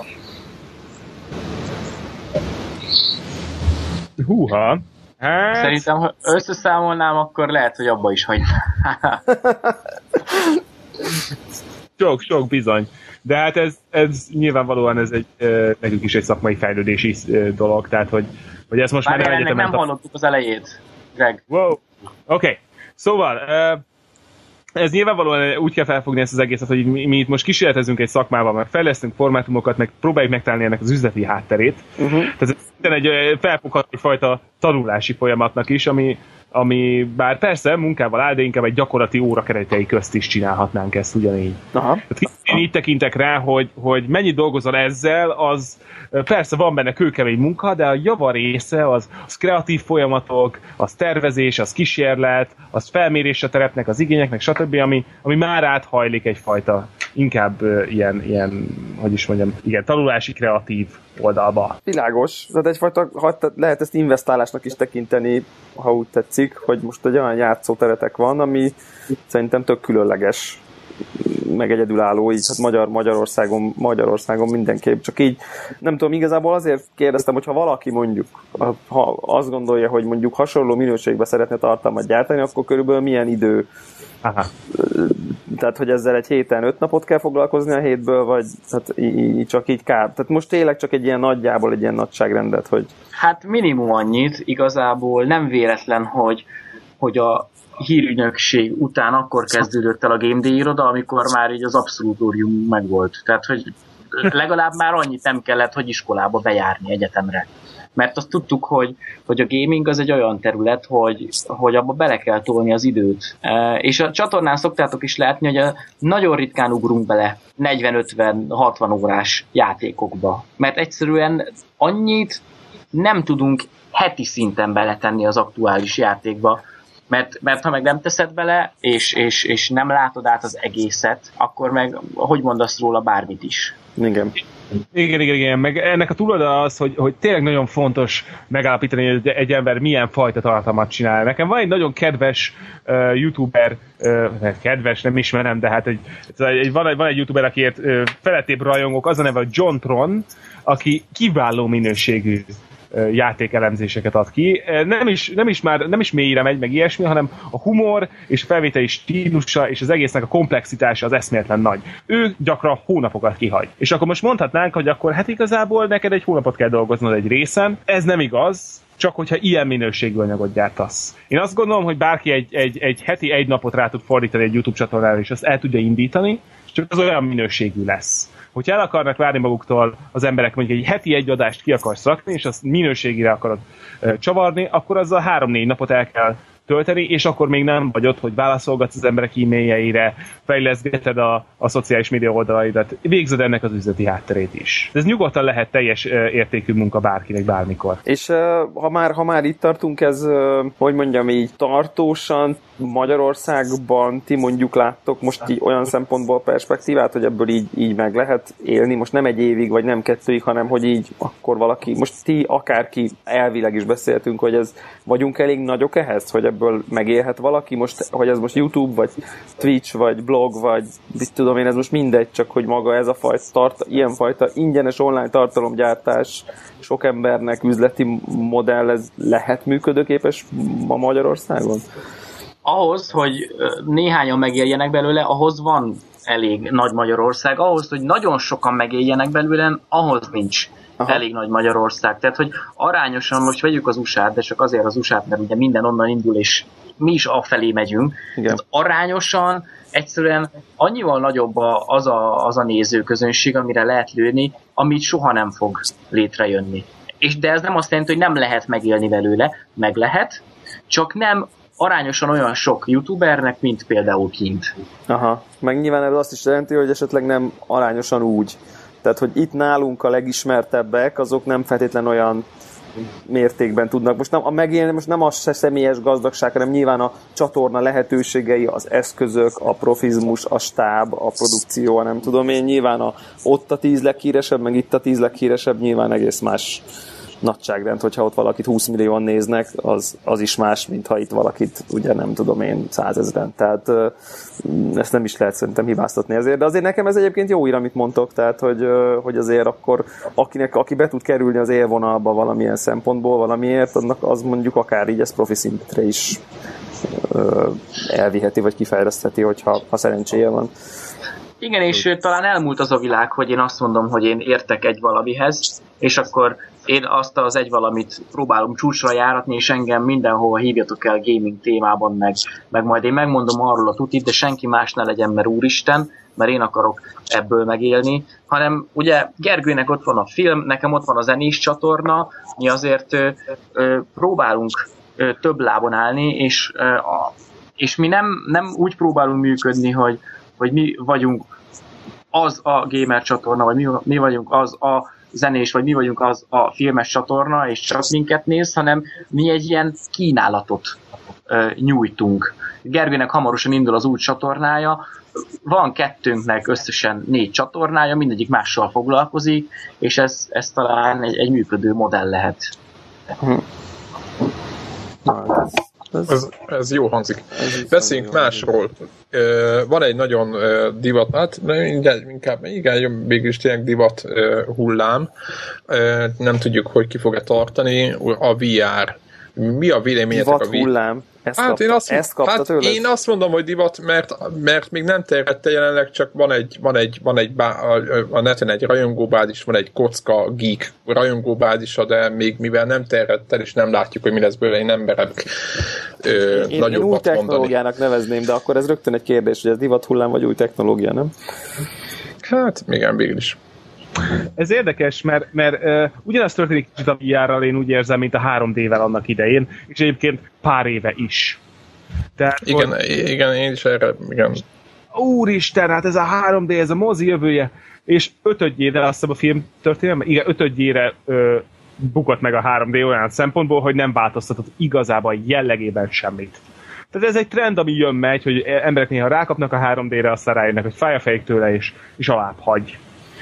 Húha! Hát... Szerintem, ha összeszámolnám, akkor lehet, hogy abba is hagynám. Sok bizony. De hát ez nyilvánvalóan ez nekünk is egy szakmai fejlődési dolog, tehát hogy ez most már nem egyetemen... nem hallottuk az elejét, Greg. Wow. Oké. Szóval, ez nyilvánvalóan úgy kell felfogni ezt az egészet, hogy mi itt most kísérletezünk egy szakmával, meg fejlesztünk formátumokat, meg próbáljuk megtalálni ennek az üzleti hátterét. Tehát ez felfoghat egyfajta tanulási folyamatnak is, ami bár persze munkával áll, de inkább egy gyakorlati óra keretei közt is csinálhatnánk ezt ugyanígy. Én így tekintek rá, hogy mennyit dolgozol ezzel, az persze van benne kőkemény munka, de a java része az kreatív folyamatok, az tervezés, az kísérlet, az felmérésre terepnek az igényeknek, stb., ami már áthajlik egyfajta inkább ilyen, hogy is mondjam, igen, tanulási kreatív oldalba. Világos, tehát egyfajta, lehet ezt investálásnak is tekinteni, ha úgy tetszik, hogy most egy olyan játszóteretek van, ami szerintem tök különleges, meg egyedülálló, így hát Magyarországon mindenképp, csak így nem tudom, igazából azért kérdeztem, hogyha valaki mondjuk, ha azt gondolja, hogy mondjuk hasonló minőségben szeretne tartalmat gyártani, akkor körülbelül milyen idő. Aha. Tehát, hogy ezzel egy héten 5 napot kell foglalkozni a hétből, vagy hát csak így kár. Tehát most tényleg csak egy ilyen nagyjából egy ilyen nagyságrendet, hogy... Hát minimum annyit, igazából nem véletlen, hogy a hírügynökség után akkor kezdődött el a Game Day iroda, amikor már így az abszolútórium megvolt. Tehát, hogy legalább már annyit nem kellett, hogy iskolába bejárni, egyetemre. Mert azt tudtuk, hogy a gaming az egy olyan terület, hogy abba bele kell tolni az időt. És a csatornán szoktátok is látni, hogy nagyon ritkán ugrunk bele 40-50-60 órás játékokba. Mert egyszerűen annyit nem tudunk heti szinten beletenni az aktuális játékba, Mert ha meg nem teszed bele, és nem látod át az egészet, akkor meg hogy mondasz róla bármit is. Igen. Meg ennek a túloldala az, hogy tényleg nagyon fontos megállapítani, hogy egy ember milyen fajta tartalmat csinál. Nekem van egy nagyon kedves youtuber, kedves, nem ismerem, de hát van egy youtuber, akiért felettébb rajongók, az a neve, hogy John Tron, aki kiváló minőségű játékelemzéseket ad ki. Nem is mélyre megy, meg ilyesmi, hanem a humor és a felvételi stílusa és az egésznek a komplexitása az eszméletlen nagy. Ő gyakran hónapokat kihagy. És akkor most mondhatnánk, hogy akkor hát igazából neked egy hónapot kell dolgoznod egy részen. Ez nem igaz, csak hogyha ilyen minőségű anyagot gyártasz. Én azt gondolom, hogy bárki egy heti egy napot rá tud fordítani egy YouTube csatornára, és azt el tudja indítani, csak az olyan minőségű lesz. Hogyha el akarnak várni maguktól az emberek, mondjuk egy heti egy adást ki akarsz rakni, és azt minőségére akarod csavarni, akkor azzal 3-4 napot el kell tölteni, és akkor még nem vagy ott, hogy válaszolgatsz az emberek e-mailjeire, fejleszgeted a szociális média oldalaidat, végzed ennek az üzleti hátterét is. Ez nyugodtan lehet teljes értékű munka bárkinek bármikor. És ha már itt tartunk, ez, hogy mondjam így, tartósan Magyarországban ti mondjuk láttok most így olyan szempontból perspektívát, hogy ebből így meg lehet élni, most nem egy évig, vagy nem 2-ig, hanem hogy így akkor valaki, most ti akárki, elvileg is beszéltünk, hogy ez vagyunk elég nagyok ehhez, hogy ebből megélhet valaki, most, hogy ez most YouTube, vagy Twitch, vagy blog, vagy mit tudom én, ez most mindegy, csak hogy maga ez a fajta, ilyenfajta ingyenes online tartalomgyártás sok embernek üzleti modell, ez lehet működőképes ma Magyarországon? Ahhoz, hogy néhányan megéljenek belőle, ahhoz van elég nagy Magyarország. Ahhoz, hogy nagyon sokan megéljenek belőle, ahhoz nincs elég nagy Magyarország. Tehát, hogy arányosan, most vegyük az USA-t, de csak azért az USA-t, mert ugye minden onnan indul, és mi is afelé megyünk. Tehát arányosan egyszerűen annyival nagyobb az a nézőközönség, amire lehet lőni, amit soha nem fog létrejönni. De ez nem azt jelenti, hogy nem lehet megélni belőle, meg lehet, csak nem arányosan olyan sok youtubernek, mint például kint. Aha, meg nyilván ez azt is jelenti, hogy esetleg nem arányosan úgy. Tehát, hogy itt nálunk a legismertebbek, azok nem feltétlen olyan mértékben tudnak. Most nem, a megélni most nem az se személyes gazdagság, hanem nyilván a csatorna lehetőségei, az eszközök, a profizmus, a stáb, a produkció, nem tudom én, nyilván ott a 10 leghíresebb, meg itt a 10 leghíresebb, nyilván egész más nagyságrend, hogyha ott valakit 20 millióan néznek, az is más, mint ha itt valakit, ugye nem tudom én, 100 000-en. Tehát ezt nem is lehet szerintem hibáztatni ezért, de azért nekem ez egyébként jó ír, amit mondtok, tehát hogy azért akkor aki be tud kerülni az élvonalba valamilyen szempontból, valamiért, annak az mondjuk akár így ez profi szintre is elviheti, vagy kifejlesztheti, hogyha szerencséje van. Igen, és talán elmúlt az a világ, hogy én azt mondom, hogy én értek egy valamihez, és akkor én azt az egy valamit próbálom csúcsra járatni, és engem mindenhova hívjatok el gaming témában, meg majd én megmondom arról a tutit, de senki más ne legyen, mert úristen, mert én akarok ebből megélni, hanem ugye Gergőnek ott van a film, nekem ott van a zenés csatorna, mi azért próbálunk több lábon állni, és mi nem úgy próbálunk működni, hogy mi vagyunk az a gamer csatorna, vagy mi vagyunk az a zenés, vagy mi vagyunk az a filmes csatorna, és csak minket néz, hanem mi egy ilyen kínálatot nyújtunk. Gergőnek hamarosan indul az új csatornája, van kettőnknek összesen 4 csatornája, mindegyik mással foglalkozik, és ez talán egy működő modell lehet. Ez jó hangzik. Beszéljünk másról. Van egy nagyon divat, hát inkább végül is tényleg divat hullám. Nem tudjuk, hogy ki fog-e tartani. A VR. Mi a véleményetek divat a VR? Hullám. Én azt mondom, hogy divat, mert még nem terjedt jelenleg, csak van a neten egy rajongóbázis, van egy kocka geek rajongóbázisa, de még mivel nem terjedt el, és nem látjuk, hogy mi lesz belőle, én nem merek nagyobbat mondani. Én új technológiának nevezném, de akkor ez rögtön egy kérdés, hogy ez divat hullám vagy új technológia, nem? Hát, igen, végül is. Ez érdekes, mert ugyanaz történik a VR-ral, én úgy érzem, mint a 3D-vel annak idején, és egyébként pár éve is. Tehát, igen, én is erre, igen. Úristen, hát ez a 3D, ez a mozi jövője, és ötödjére, azt hiszem a film történelme, igen, ötödjére bukott meg a 3D olyan szempontból, hogy nem változtatott igazából jellegében semmit. Tehát ez egy trend, ami jön-megy, hogy emberek néha rákapnak a 3D-re, aztán rájönnek, hogy fáj a fejük tőle, és alább hagy.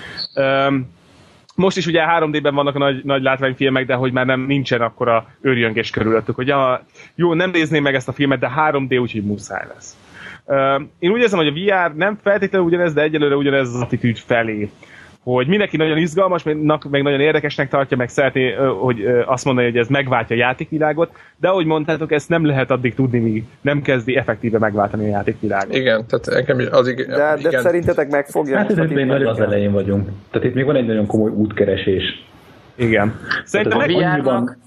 Most is ugye 3D-ben vannak a nagy látványfilmek, de hogy már nincsen akkora őrjöngés körülöttük, hogy jó, nem nézném meg ezt a filmet, de 3D úgyhogy muszáj lesz. Én úgy érzem, hogy a VR nem feltétlenül ugyanez, de egyelőre ugyanez az attitűd felé. Hogy mindenki nagyon izgalmas, meg nagyon érdekesnek tartja, meg szeretné, hogy azt mondani, hogy ez megváltja a játékvilágot, de ahogy mondtátok, ezt nem lehet addig tudni, míg nem kezdi effektíve megváltani a játékvilágot. Igen, tehát de szerintetek meg fogja? Hát ez még nagyon az elején vagyunk. Tehát itt még van egy nagyon komoly útkeresés. Igen. Szerintem annyiban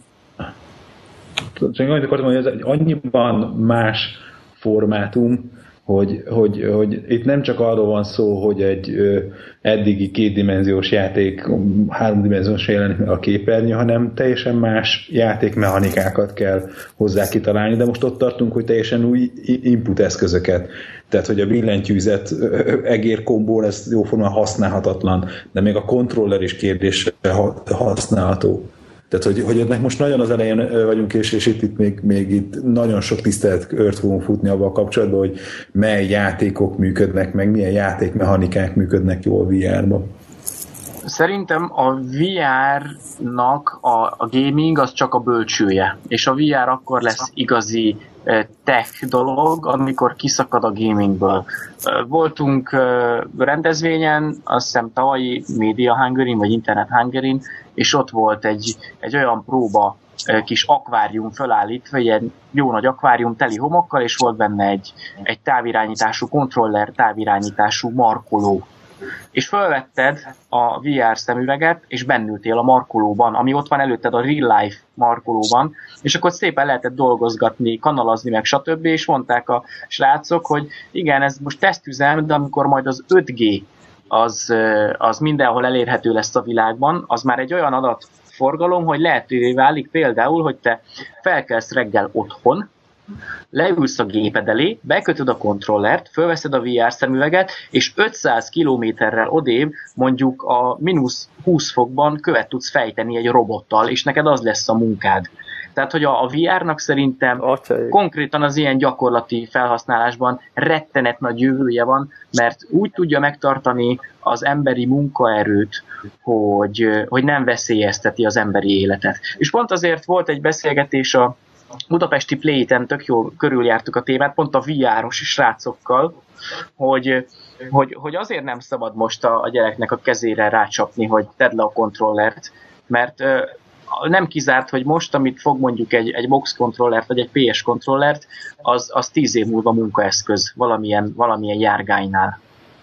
hogy ez annyiban más formátum, hogy itt nem csak arról van szó, hogy egy eddigi kétdimenziós játék háromdimenziós jelenik meg a képernyő, hanem teljesen más játékmechanikákat kell hozzá kitalálni, de most ott tartunk, hogy teljesen új input eszközöket. Tehát, hogy a billentyűzet egérkombó lesz jóformán használhatatlan, de még a kontroller is kérdésre használható. Tehát, hogy ennek most nagyon az elején vagyunk, és itt még itt nagyon sok tisztelt fogunk futni abban kapcsolatban, hogy mely játékok működnek meg, milyen játékmechanikák működnek jól VR-ban. Szerintem a VR-nak a gaming az csak a bölcsője, és a VR akkor lesz igazi tech dolog, amikor kiszakad a gamingből. Voltunk rendezvényen, azt hiszem tavalyi Media Hungary-n, vagy Internet Hungary-n, és ott volt egy olyan próba kis akvárium fölállítva, ilyen jó nagy akvárium teli homokkal, és volt benne egy távirányítású kontroller, távirányítású markoló. És felvetted a VR szemüveget, és bennültél a markolóban, ami ott van előtted a real life markolóban, és akkor szépen lehetett dolgozgatni, kanalazni meg stb. És mondták a srácok, hogy igen, ez most tesztüzem, de amikor majd az 5G az mindenhol elérhető lesz a világban, az már egy olyan adatforgalom, hogy lehetővé válik például, hogy te felkelsz reggel otthon, leülsz a géped elé, bekötöd a kontrollert, fölveszed a VR szemüveget, és 500 kilométerrel odébb, mondjuk a -20 fokban követ tudsz fejteni egy robottal, és neked az lesz a munkád. Tehát, hogy a VR-nak szerintem konkrétan az ilyen gyakorlati felhasználásban rettenet nagy jövője van, mert úgy tudja megtartani az emberi munkaerőt, hogy nem veszélyezteti az emberi életet. És pont azért volt egy beszélgetés a budapesti Playten, tök jól körüljártuk a témát, pont a VR-os srácokkal, hogy azért nem szabad most a gyereknek a kezére rácsapni, hogy tedd le a kontrollert, mert nem kizárt, hogy most, amit fog mondjuk egy box kontrollert, vagy egy PS kontrollert, az 10 év múlva munkaeszköz valamilyen járgánynál.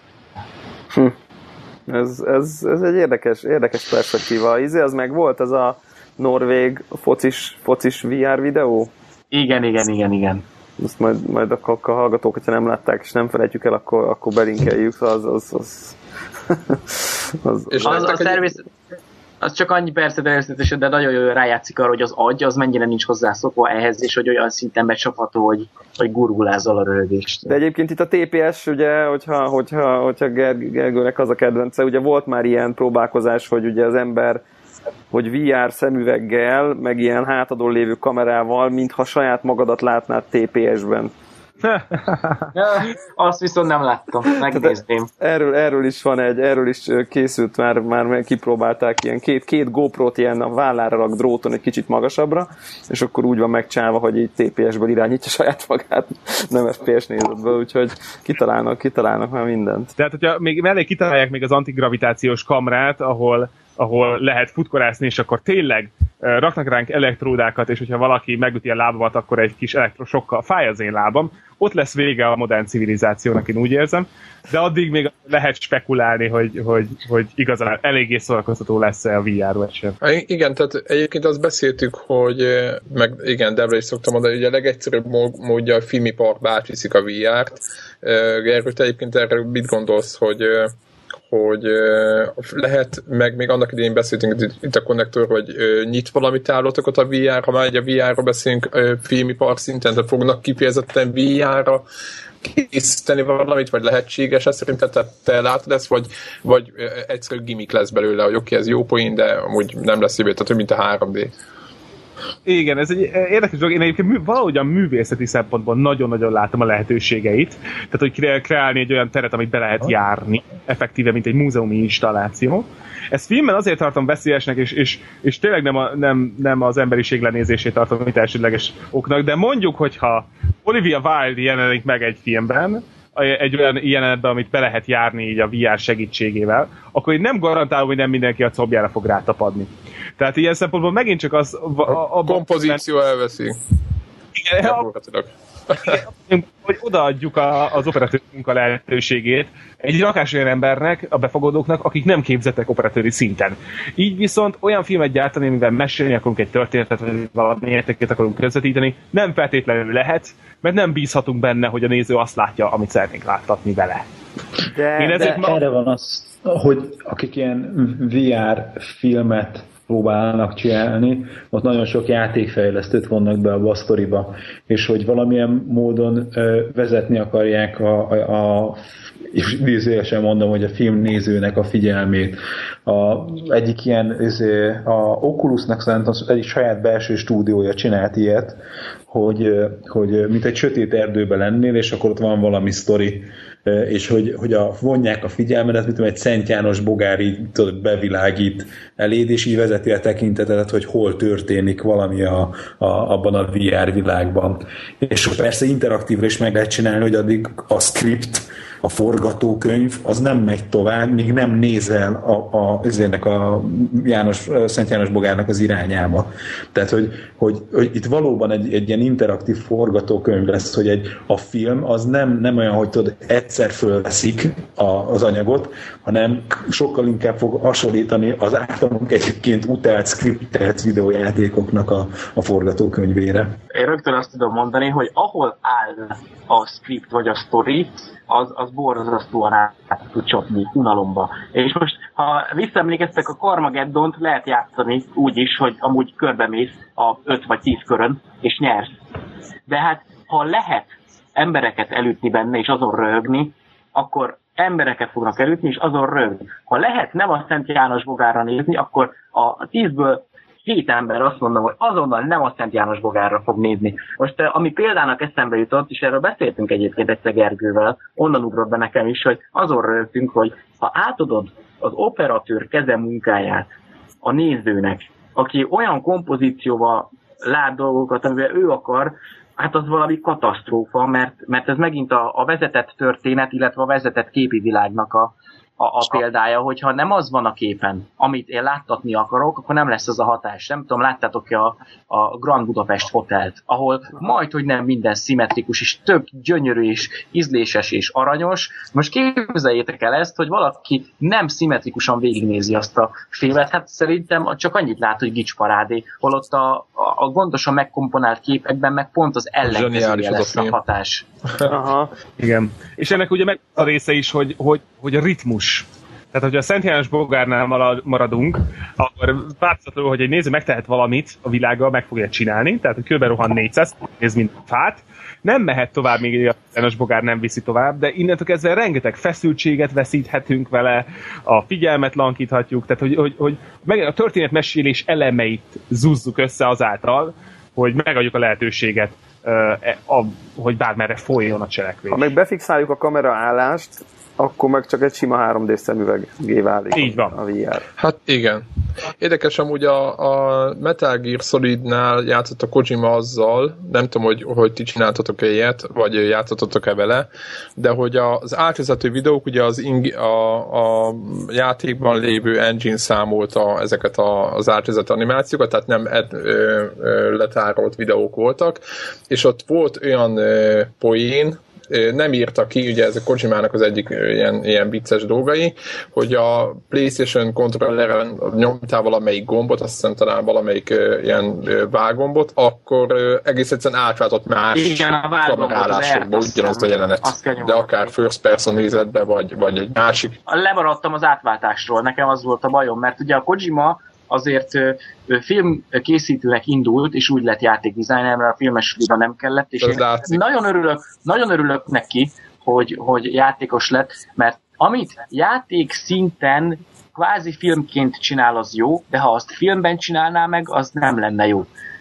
Ez egy érdekes perspektíva. Az meg volt, ez a norvég focis VR videó? Igen. Azt majd a hallgatók, hogyha nem látták, és nem felejtjük el, akkor belinkeljük. Az csak annyi percet először, de nagyon jól rájátszik arra, hogy az agy az mennyire nincs hozzászokva ehhez, és hogy olyan szinten becsapható, hogy gurgulázzal a röhögést. De egyébként itt a TPS, ugye, hogyha Gergőnek az a kedvence, ugye volt már ilyen próbálkozás, hogy ugye az ember hogy VR szemüveggel, meg ilyen hátadon lévő kamerával, mintha saját magadat látnád TPS-ben. Azt viszont nem láttam, megnézném. Erről is készült, már kipróbálták ilyen két GoPro-t ilyen a vállára rak dróton egy kicsit magasabbra, és akkor úgy van megcsinálva, hogy így TPS-ből irányítja saját magát, nem FPS nézetből, úgyhogy kitalálnak már mindent. Tehát, hogyha még mellé kitalálják még az antigravitációs kamrát, ahol lehet futkorászni, és akkor tényleg raknak ránk elektródákat, és hogyha valaki megüti a lábamat, akkor egy kis elektrosokkal fáj az én lábam. Ott lesz vége a modern civilizációnak, én úgy érzem. De addig még lehet spekulálni, hogy igazán eléggé szórakoztató lesz-e a VR vagy sem. Igen, tehát egyébként azt beszéltük, hogy meg igen, Debra is szoktam mondani, hogy a legegyszerűbb módja a filmiparba átviszik a VR-t. Gergő, te egyébként erről mit gondolsz, hogy lehet, meg még annak idején beszéltünk itt a konnektor, hogy nyit valamit távlatokat a VR, ha már egy a VR-ra beszélünk filmipar szinten, tehát fognak kifejezetten VR-ra készíteni valamit, vagy lehetséges ez szerinted, te látod ezt, vagy egyszerű gimmick lesz belőle, hogy oké, ez jó poén, de amúgy nem lesz jövő, tehát mint a 3D. Igen, ez egy érdekes dolog. Én egyébként valahogyan művészeti szempontból nagyon-nagyon látom a lehetőségeit. Tehát, hogy kreálni egy olyan teret, amit be lehet járni, effektíve, mint egy múzeumi installáció. Ezt filmben azért tartom veszélyesnek, és tényleg nem az emberiség lenézését tartom, mint elsődleges oknak, de mondjuk, hogyha Olivia Wilde jelenik meg egy filmben, egy olyan jelenetben, amit be lehet járni így a VR segítségével, akkor én nem garantálom, hogy nem mindenki a combjára fog rátapadni. Tehát ilyen szempontból megint csak az... A kompozíció elveszi. Igen, hogy odaadjuk az operatőr munka lehetőségét egy rakás olyan embernek, a befogadóknak, akik nem képzettek operatőri szinten. Így viszont olyan filmet gyártani, amivel mesélni akarunk egy történetet, vagy valami értéket akarunk közvetíteni, nem feltétlenül lehet, mert nem bízhatunk benne, hogy a néző azt látja, amit szeretnénk láttatni vele. De erre van az, hogy akik ilyen VR filmet próbálnak csinálni, ott nagyon sok játékfejlesztőt vonnak be a sztoriba, és hogy valamilyen módon vezetni akarják és idézőjelesen mondom, hogy a filmnézőnek a figyelmét. Egyik ilyen, a Oculusnak szerintem egyik saját belső stúdiója csinált ilyet, hogy mint egy sötét erdőben lennél, és akkor ott van valami sztori, és hogy vonják a figyelmedet, mint egy Szent János bogár így bevilágít eléd, és így vezeti a tekintetet, hogy hol történik valami abban a VR világban. És persze interaktívra is meg lehet csinálni, hogy addig a script, a forgatókönyv, az nem megy tovább, míg nem nézel a Szent János bogárnak az irányába. Tehát, hogy itt valóban egy ilyen interaktív forgatókönyv lesz, hogy a film az nem olyan, hogy tudod, egyszer fölveszik az anyagot, hanem sokkal inkább fog hasonlítani az általunk egyébként utált, skriptelt videójátékoknak a forgatókönyvére. Én rögtön azt tudom mondani, hogy ahol áll a script vagy a story, az borzasztóan át tud csapni unalomba. És most, ha visszaemlékeztek, a Carmageddont lehet játszani úgy is, hogy amúgy körbemész a 5 vagy 10 körön, és nyersz. De hát, ha lehet embereket elütni benne, és azon röhögni, akkor embereket fognak elütni, és azon röhögni. Ha lehet nem a Szent János bogárra nézni, akkor a 10-ből 7 ember azt mondom, hogy azonnal nem a Szent János bogárra fog nézni. Most ami példának eszembe jutott, és erről beszéltünk egyébként egyszer Gergővel, onnan ugrott be nekem is, hogy azon rögtünk, hogy ha átadod az operatőr keze munkáját a nézőnek, aki olyan kompozícióval lát dolgokat, amivel ő akar, hát az valami katasztrófa, mert ez megint a vezetett történet, illetve a vezetett képi világnak a példája, hogyha nem az van a képen, amit én láttatni akarok, akkor nem lesz az a hatás. Nem tudom, láttátok-e a Grand Budapest Hotelt, ahol majdhogy nem minden szimmetrikus, és tök gyönyörű, és ízléses, és aranyos. Most képzeljétek el ezt, hogy valaki nem szimmetrikusan végignézi azt a filmet, hát szerintem csak annyit lát, hogy gicsparádé, holott a gondosan megkomponált képekben meg pont az ellenkezője lesz a hatás. Aha. Igen. És ennek ugye meg a része is, hogy a ritmus. Tehát, hogyha a Szent János bogárnál maradunk, akkor változatlanul, hogy egy néző megtehet valamit a világgal, meg fogja csinálni, tehát hogy kb. Rohan 400, ez mint fát, nem mehet tovább, még a János bogár nem viszi tovább, de innentől kezdve rengeteg feszültséget veszíthetünk vele, a figyelmet lankíthatjuk, tehát hogy a történetmesélés elemeit zúzzuk össze azáltal, hogy megadjuk a lehetőséget, hogy bármerre folyjon a cselekvés. Ha meg befixáljuk a kamera állást, akkor meg csak egy sima 3D szemüveggé válik. Így van. A VR. Hát igen. Érdekes amúgy a Metal Gear Solidnál játszott a Kojima azzal, nem tudom, hogy ti csináltatok-e ilyet, vagy játszottatok-e vele, de hogy az átvezető videók, ugye a játékban lévő engine számolta ezeket az átvezető animációkat, tehát nem letárolt videók voltak, és ott volt olyan poén, nem írta ki, ugye ez a Kojimának az egyik ilyen vicces dolgai, hogy a PlayStation controlleren nyomtál valamelyik gombot, azt hiszem talán valamelyik ilyen vágombot, akkor egész egyszerűen átváltott más kamerálásokba ugyanazt a jelenet, de akár first person nézetbe, vagy egy másik. Lemaradtam az átváltásról, nekem az volt a bajom, mert ugye a Kojima azért filmkészítőnek indult, és úgy lett játékdesigner, mert a filmes suliban nem kellett, és én nagyon örülök neki, hogy játékos lett, mert amit játék szinten kvázi filmként csinál, az jó, de ha azt filmben csinálná meg, az nem lenne jó.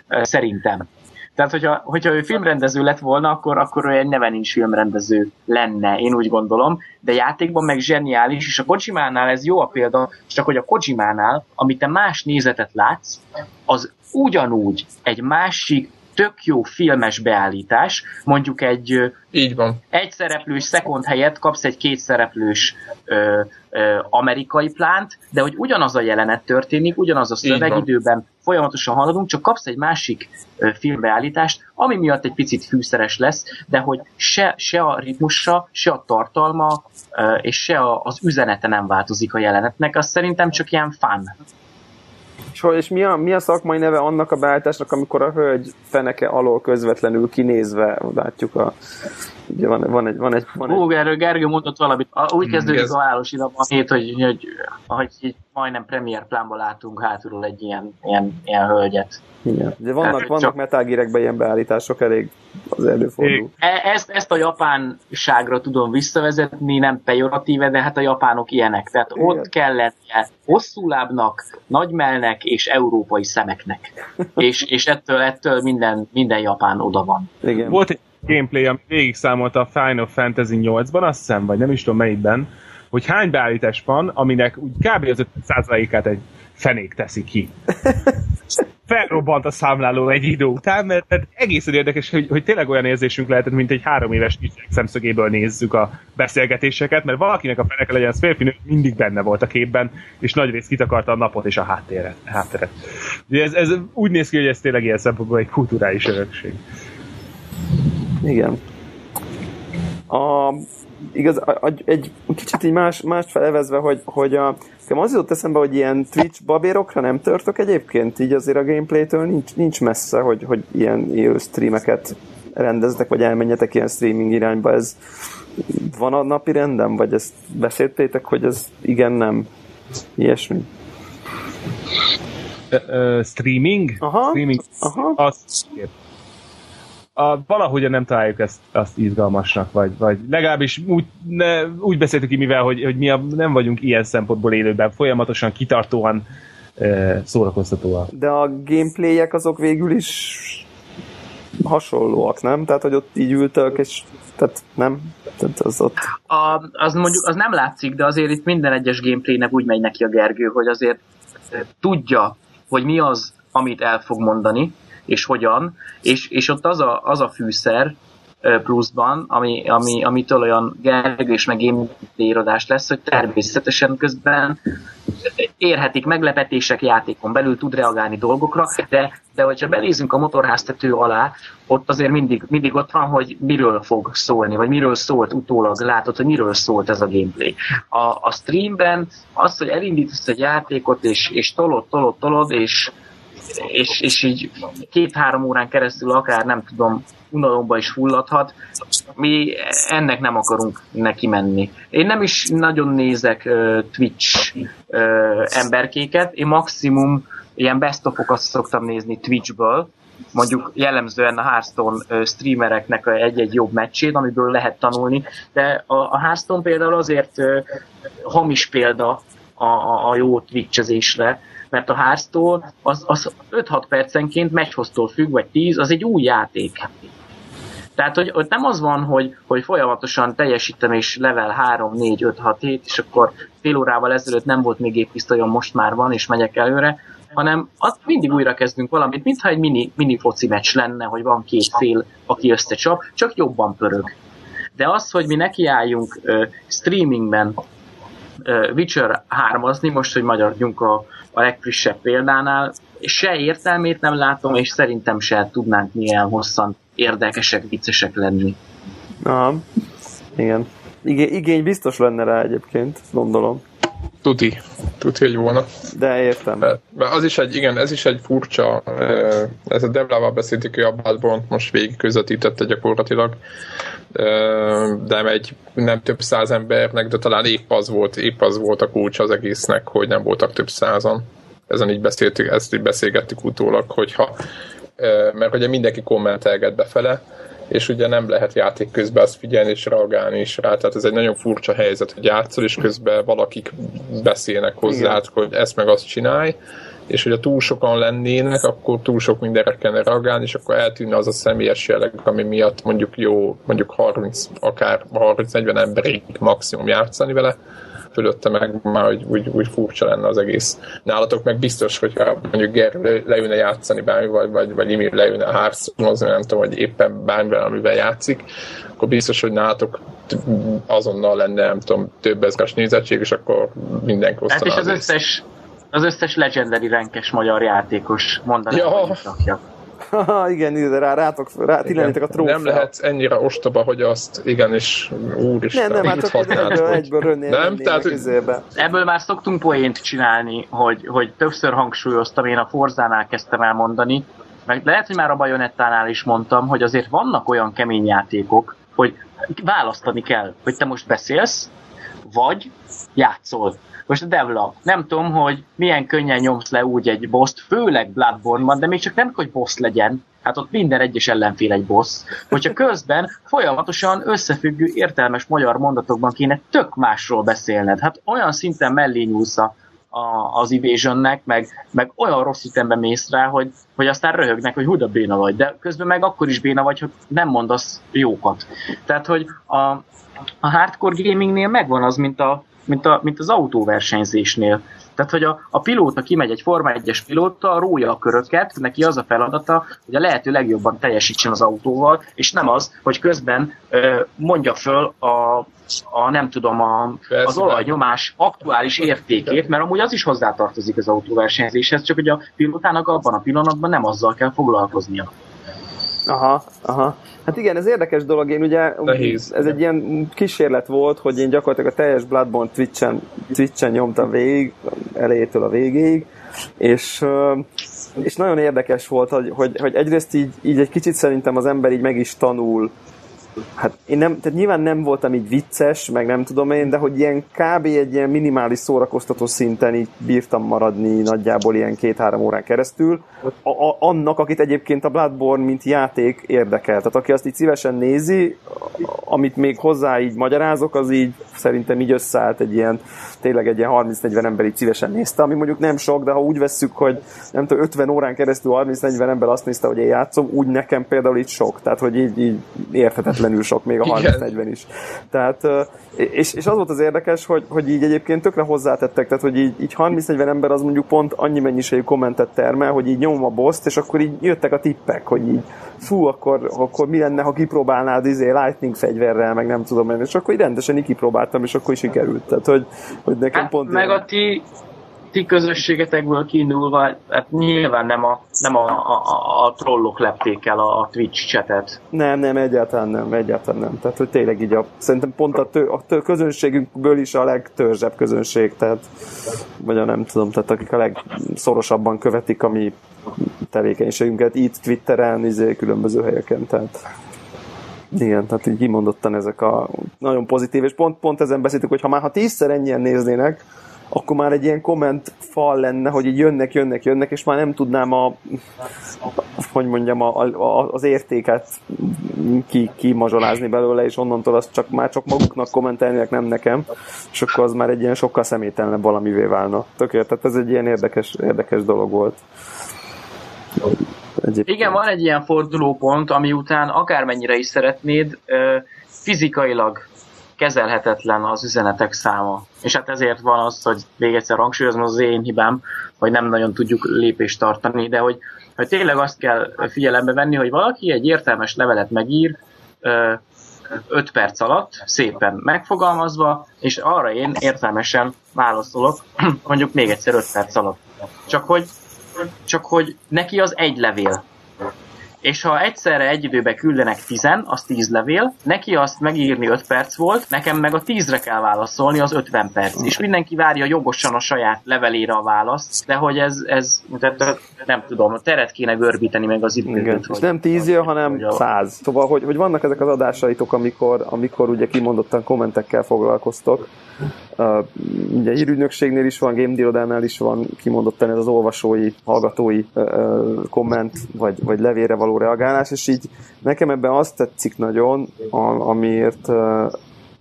szerintem. Tehát, hogyha ő filmrendező lett volna, akkor ő egy neve nincs filmrendező lenne, én úgy gondolom, de játékban meg zseniális, és a Kojimánál ez jó a példa, csak hogy a Kojimánál, amit te más nézetet látsz, az ugyanúgy egy másik tök jó filmes beállítás, mondjuk egy így van. Egy szereplős szekund helyett kapsz egy 2 szereplős amerikai plánt, de hogy ugyanaz a jelenet történik, ugyanaz a szövegidőben folyamatosan haladunk, csak kapsz egy másik filmbeállítást, ami miatt egy picit fűszeres lesz, de hogy se a ritmusa, se a tartalma, és se az üzenete nem változik a jelenetnek, az szerintem csak ilyen fun. És mi a szakmai neve annak a beállításnak, amikor a hölgy feneke alól közvetlenül kinézve látjuk ugye van egy... Erről Gergő mondott valamit. Úgy kezdődik a város idapban, hogy majdnem premier plánban látunk hátulról egy ilyen hölgyet. Igen. De vannak Metal Gear-ekben ilyen beállítások, elég az előfordul. Ezt a japánságra tudom visszavezetni, nem pejoratíve, de hát a japánok ilyenek. Tehát igen. Ott kell lennie hosszú lábnak, nagymelnek és európai szemeknek. és ettől minden japán oda van. Igen. Volt egy gameplay, ami végig számolta a Final Fantasy 8-ban, azt hiszem, vagy nem is tudom melyikben, hogy hány beállítás van, aminek úgy kb. Az 50%-át egy fenék teszi ki. Felrobbant a számláló egy idő után, mert egészen érdekes, hogy tényleg olyan érzésünk lehetett, mint egy 3 éves kisgyerek szemszögéből nézzük a beszélgetéseket, mert valakinek a feneke legyen, az férfinő mindig benne volt a képben, és nagyrészt kitakarta a napot és a hátteret. Ez úgy néz ki, hogy ez tényleg ilyen szempontból egy kulturális örökség. Igen. Igaz, egy kicsit így mást felevezve, hogy az jutott eszembe, hogy ilyen Twitch babérokra nem törtök egyébként, így azért a gameplaytől nincs messze, hogy ilyen élő streameket rendeznek, vagy elmenjetek ilyen streaming irányba. Ez van a napi renden, vagy ezt beszéltétek, hogy ez igen, nem ilyesmi? Streaming? Aha. Streaming. Valahogyan nem találjuk azt izgalmasnak, vagy legalábbis úgy beszéltük ki, mivel, hogy mi nem vagyunk ilyen szempontból élőben, folyamatosan, kitartóan szórakoztatóan. De a gameplayek azok végül is hasonlóak, nem? Tehát, hogy ott így ültök, és tehát nem? Tehát az ott... Az nem látszik, de azért itt minden egyes gameplaynek úgy megy neki a Gergő, hogy azért tudja, hogy mi az, amit el fog mondani, és hogyan, és ott az a fűszer pluszban, amitől olyan Gergő és meg gameplay-irodás lesz, hogy természetesen közben érhetik meglepetések játékon belül, tud reagálni dolgokra, de hogyha benézünk a motorháztető alá, ott azért mindig ott van, hogy miről fog szólni, vagy miről szólt utólag, látod, hogy miről szólt ez a gameplay. A streamben az, hogy elindítasz egy játékot, és tolod, és így 2-3 órán keresztül akár nem tudom, unalomba is fulladhat, mi ennek nem akarunk neki menni. Én nem is nagyon nézek Twitch emberkéket, én maximum ilyen best-of-okat szoktam nézni Twitchből, mondjuk jellemzően a Hearthstone streamereknek egy-egy jobb meccsét, amiből lehet tanulni, de a Hearthstone például azért hamis példa a jó Twitch-ezésre, mert a Hearthstone az 5-6 percenként meccshoztól függ, vagy 10, az egy új játék. Tehát, hogy nem az van, hogy folyamatosan teljesítem, és level 3, 4, 5, 6, 7, és akkor fél órával ezelőtt nem volt még géppisztolyom, most már van, és megyek előre, hanem azt mindig újra kezdünk valamit, mintha egy mini foci meccs lenne, hogy van 2 fél, aki összecsap, csak jobban pörög. De az, hogy mi nekiálljunk streamingben Witcher 3-azni, most, hogy maradjunk a legfrissebb példánál, se értelmét nem látom, és szerintem se tudnánk milyen hosszan érdekesek, viccesek lenni. Aha, igen. Igény biztos lenne rá egyébként, gondolom. Tuti, hogy volna. De értem. Az is ez is egy furcsa, ez a Devlával beszéltük, hogy a Bloodborne-t most végig közvetítette gyakorlatilag, de nem több 100 embernek, de talán épp az volt a kulcs az egésznek, hogy nem voltak több 100-an. Ezen így beszélgettük utólag, mert ugye mindenki kommentelget befele, és ugye nem lehet játék közben azt figyelni és reagálni is rá, tehát ez egy nagyon furcsa helyzet, hogy játszol, és közben valakik beszélnek hozzád, hogy ezt meg azt csinálj, és hogyha túl sokan lennének, akkor túl sok mindenre kellene reagálni, és akkor eltűnne az a személyes jelleg, ami miatt mondjuk 30-40 emberig maximum játszani vele, fölötte meg már úgy furcsa lenne az egész. Nálatok meg biztos, hogyha mondjuk Gergő leülne játszani bármivel, vagy Imi leülne a Hearthstone-ozni, nem tudom, hogy éppen bármivel, amivel játszik, akkor biztos, hogy nálatok azonnal lenne, nem tudom, több ezres nézettség, és akkor mindenki osztaná. Hát és az összes legendary rankes magyar játékos mondaná, hogy rakjak. Igen, de ti lennétek a trófea. Nem lehet ennyire ostoba, hogy azt, igen, és úristen, nem, hát csak egyből rönnél közébe. Ebből már szoktunk poént csinálni, hogy többször hangsúlyoztam, én a Forzánál kezdtem el mondani, meg lehet, hogy már a Bajonettánál is mondtam, hogy azért vannak olyan kemény játékok, hogy választani kell, hogy te most beszélsz, vagy játszol. Most a Devla, nem tudom, hogy milyen könnyen nyomsz le úgy egy boss-t, főleg Bloodborne-ban, de még csak nem, hogy boss legyen, hát ott minden egyes ellenfél egy boss, hogyha közben folyamatosan összefüggő, értelmes magyar mondatokban kéne tök másról beszélned. Hát olyan szinten mellé nyúlsz az Evasionnek, meg olyan rossz ütemben mész rá, hogy aztán röhögnek, hogy hú, de béna vagy, de közben meg akkor is béna vagy, hogy nem mondasz jókat. Tehát, hogy a hardcore gamingnél megvan az, mint az autóversenyzésnél. Tehát, hogy a pilóta kimegy egy Forma 1-es pilóta, rója a köröket, neki az a feladata, hogy a lehető legjobban teljesítsen az autóval, és nem az, hogy közben mondja föl nem tudom, az olajnyomás aktuális értékét, mert amúgy az is hozzátartozik az autóversenyzéshez, csak hogy a pilótának abban a pillanatban nem azzal kell foglalkoznia. Aha. Hát igen, ez érdekes dolog, én ugye, ez egy ilyen kísérlet volt, hogy én gyakorlatilag a teljes Bloodborne Twitch-en nyomtam végig, elejétől a végéig, és nagyon érdekes volt, hogy egyrészt így egy kicsit szerintem az ember így meg is tanul. Hát tehát nyilván nem voltam így vicces, meg nem tudom én, de hogy ilyen kb. Egy ilyen minimális szórakoztató szinten így bírtam maradni nagyjából ilyen 2-3 órán keresztül. Annak, akit egyébként a Bloodborne mint játék érdekel. Tehát aki azt így szívesen nézi, amit még hozzá így magyarázok, az így szerintem így összeállt tényleg egy ilyen 30-40 ember így szívesen nézte, ami mondjuk nem sok, de ha úgy vesszük, hogy nem tudom, 50 órán keresztül 30-40 ember azt nézte, hogy én játszom, úgy nekem például így sok. Tehát, hogy így érthetetlenül sok, még a 30-40 is. Tehát, és az volt az érdekes, hogy így egyébként tökre hozzátettek, tehát, hogy így 30-40 ember az mondjuk pont annyi mennyiségű kommentet termel, hogy így nyomom a boss-t, és akkor így jöttek a tippek, hogy így akkor mi lenne, ha kipróbálnád lightning fegyverrel, meg nem tudom én, és akkor így rendesen így kipróbáltam, és akkor is sikerült. Tehát, hogy nekem hát pont... Meg a ti közösségetekből kiindulva, hát nyilván nem a trollok lepték el a Twitch chatet. Nem, egyáltalán nem. Tehát, hogy tényleg így szerintem pont a közönségünkből is a legtörzsebb közönség, tehát vagy nem tudom, tehát akik a legszorosabban követik a mi tevékenységünket itt Twitteren, különböző helyeken, tehát igen, tehát így kimondottan ezek a nagyon pozitív, és pont ezen beszéltük, hogy ha 10-szer ennyien néznének, akkor már egy ilyen komment fal lenne, hogy így jönnek, és már nem tudnám az értéket kimazsolázni belőle, és onnantól azt már csak maguknak kommentelnének, nem nekem, és akkor az már egy ilyen sokkal személytelenebb valamivé válna. Tehát ez egy ilyen érdekes dolog volt. Igen, van egy ilyen fordulópont, ami után akármennyire is szeretnéd, fizikailag kezelhetetlen az üzenetek száma. És hát ezért van az, hogy még egyszer hangsúlyozom, az én hibám, hogy nem nagyon tudjuk lépést tartani, de hogy tényleg azt kell figyelembe venni, hogy valaki egy értelmes levelet megír 5 perc alatt, szépen megfogalmazva, és arra én értelmesen válaszolok, mondjuk még egyszer 5 perc alatt. Csak hogy neki az egy levél. És ha egyszerre egy időben küldenek 10, az 10 levél, neki azt megírni 5 perc volt, nekem meg a 10-re kell válaszolni, az 50 perc. És mindenki várja jogosan a saját levelére a választ, de hogy ez nem tudom, a teret kéne görbíteni meg az időt. És nem 10 jön, hanem 100. Szóval, hogy vannak ezek az adásaitok, amikor ugye kimondottan kommentekkel foglalkoztok. Ugye hírügynökségnél is van, Game Deal-nál is van kimondottan ez az olvasói, hallgatói komment, vagy levélre való reagálás, és így nekem ebben azt tetszik nagyon, amiért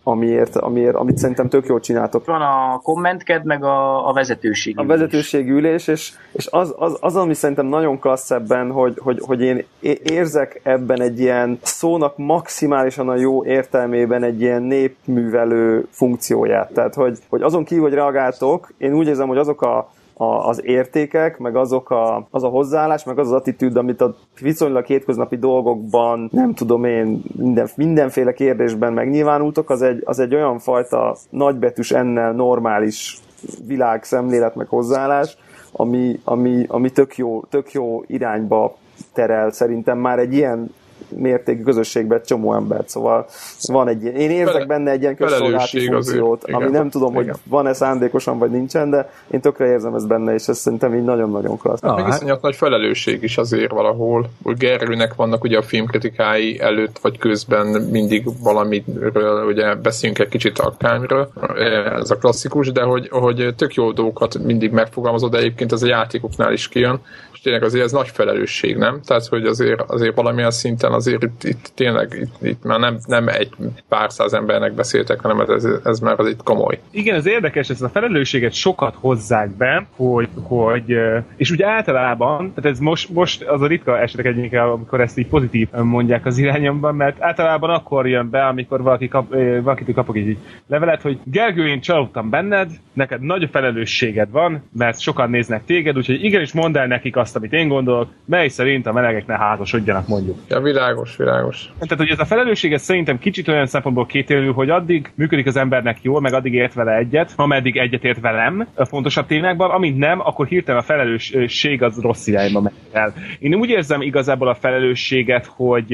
amit szerintem tök jól csináltok. Van a kommentked, meg a vezetőségi ülés. A vezetőségi ülés, és az, ami szerintem nagyon klassz ebben, hogy én érzek ebben egy ilyen szónak maximálisan a jó értelmében egy ilyen népművelő funkcióját. Tehát, hogy azon kívül, hogy reagáltok, én úgy érzem, hogy azok az értékek, meg az a hozzáállás, meg az attitűd, amit a viszonylag hétköznapi dolgokban, nem tudom én, mindenféle kérdésben megnyilvánultok, az egy olyan fajta nagybetűs ennel normális világszemlélet, meg hozzáállás, ami tök jó irányba terel szerintem már egy ilyen mértékű közösségben csomó embert, szóval van én érzek benne egy ilyen közszolgálati funkciót, ami nem tudom, hogy van-e szándékosan, vagy nincsen, de én tökre érzem ezt benne, és ez szerintem így nagyon-nagyon klassz. Még iszonyat nagy felelősség is azért valahol, hogy Gergőnek vannak ugye a filmkritikái előtt, vagy közben mindig valamiről, ugye beszéljünk egy kicsit akármiről, ez a klasszikus, de hogy tök jó dolgokat mindig megfogalmazod, de egyébként ez a játékoknál is kijön, és tényleg azért ez nagy felelősség, nem? Tehát, hogy azért valamilyen szinten azért itt tényleg itt már nem egy pár száz embernek beszéltek, hanem ez már az itt komoly. Igen, ez érdekes, ezt a felelősséget sokat hozzák be, hogy és ugye általában, tehát ez most az a ritka esetek egyik, amikor ezt így pozitív mondják az irányomban, mert általában akkor jön be, amikor valakitől kapok egy levelet, hogy Gergő, én csalódtam benned, neked nagy felelősséged van, mert sokan néznek téged, úgyhogy igenis mondd el nekik azt, amit én gondolok, mely szerint a melegek ne házasodjanak, mondjuk. Ja, világos. Tehát, hogy ez a felelősség ez szerintem kicsit olyan szempontból kétélű, hogy addig működik az embernek jól, meg addig ért vele egyet, ameddig egyet ért velem a fontosabb témákban, amint nem, akkor hirtelen a felelősség az rossz irányba megy el. Én úgy érzem igazából a felelősséget, hogy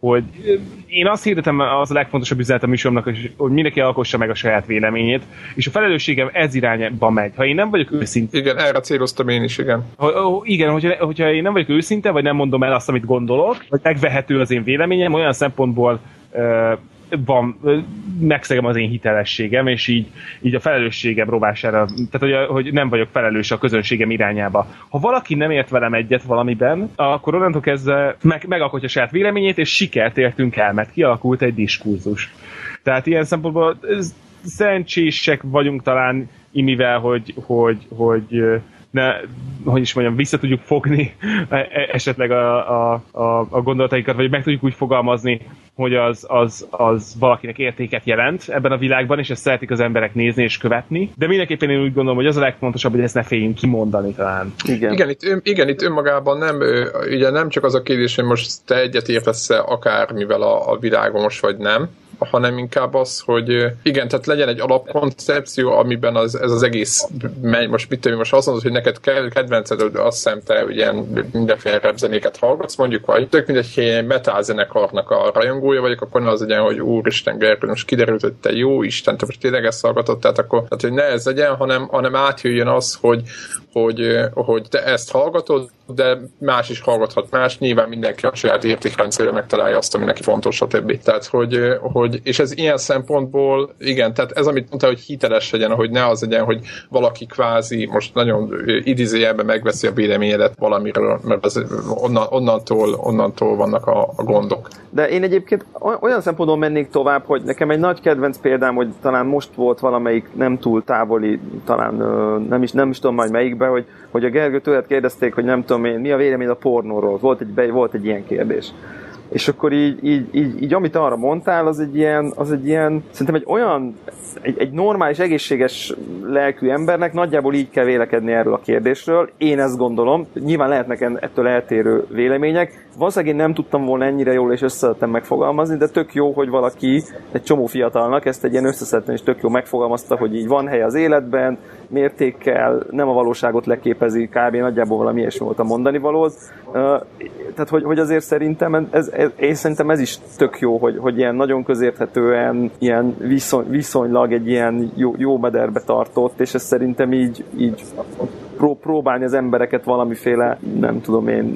én azt hirdetem, az a legfontosabb üzenet a műsoromnak, hogy mindenki alkossa meg a saját véleményét, és a felelősségem ez irányba megy. Ha én nem vagyok őszinte... Igen, erre céloztam én is, igen. Igen, hogyha én nem vagyok őszinte, vagy nem mondom el azt, amit gondolok, vagy megvehető az én véleményem, olyan szempontból megszegem az én hitelességem, és így a felelősségem rovására, tehát hogy nem vagyok felelős a közönségem irányába. Ha valaki nem ért velem egyet valamiben, akkor onnantól kezdve megalkotja saját véleményét, és sikert értünk el, mert kialakult egy diskurzus. Tehát ilyen szempontból szerencsések vagyunk talán imivel, hogy is mondjam, vissza tudjuk fogni esetleg a gondolataikat, vagy meg tudjuk úgy fogalmazni, hogy az valakinek értéket jelent ebben a világban, és ezt szeretik az emberek nézni és követni. De mindenképpen én úgy gondolom, hogy az a legfontosabb, hogy ezt ne féljünk kimondani talán. Igen, itt önmagában ugye nem csak az a kérdés, hogy most te egyet értesz-e akármivel a világon most, vagy nem, hanem inkább az, hogy igen, tehát legyen egy alapkoncepció, amiben ez az egész megy. Most azt mondod, hogy neked kedvenced, azt hiszem te ilyen mindenféle repzenéket hallgatsz, mondjuk, vagy tök mindegy, hogy egy metal zenekarnak a rajongója vagyok, akkor ne az legyen, hogy úristen, Gergő, most kiderült, hogy te jó Isten, te most tényleg ezt hallgatod, tehát hogy ne ez legyen, hanem átjöjjön az, hogy te ezt hallgatod, de más is hallgathat más, nyilván mindenki a saját értékrendszerűen megtalálja azt, ami neki fontos, stb. Tehát, hogy és ez ilyen szempontból, igen, tehát ez, amit mondta, hogy hiteles legyen, hogy ne az legyen, hogy valaki kvázi most nagyon idézőjelben megveszi a véleményedet valamiről, mert az onnantól vannak a gondok. De én egyébként olyan szempontból mennék tovább, hogy nekem egy nagy kedvenc példám, hogy talán most volt valamelyik nem túl távoli, talán nem is tudom majd melyikben, hogy a Gergő tőled kérdezték, hogy nem tudom én, mi a vélemény a pornóról. Volt egy ilyen kérdés. És akkor így amit arra mondtál, az egy ilyen szerintem egy olyan, egy normális, egészséges lelkű embernek nagyjából így kell vélekedni erről a kérdésről. Én ezt gondolom. Nyilván lehetnek ettől eltérő vélemények. Valószínűleg én nem tudtam volna ennyire jól és összeszedtem megfogalmazni, de tök jó, hogy valaki, egy csomó fiatalnak ezt egy ilyen összeszedten is tök jó megfogalmazta, hogy így van hely az életben, mértékkel, nem a valóságot leképezi, kb. Nagyjából valami ilyesmi volt a mondani valót. Tehát, hogy azért szerintem ez is tök jó, hogy ilyen nagyon közérthetően, ilyen viszonylag egy ilyen jó mederbe tartott, és ez szerintem így próbálni az embereket valamiféle, nem tudom én,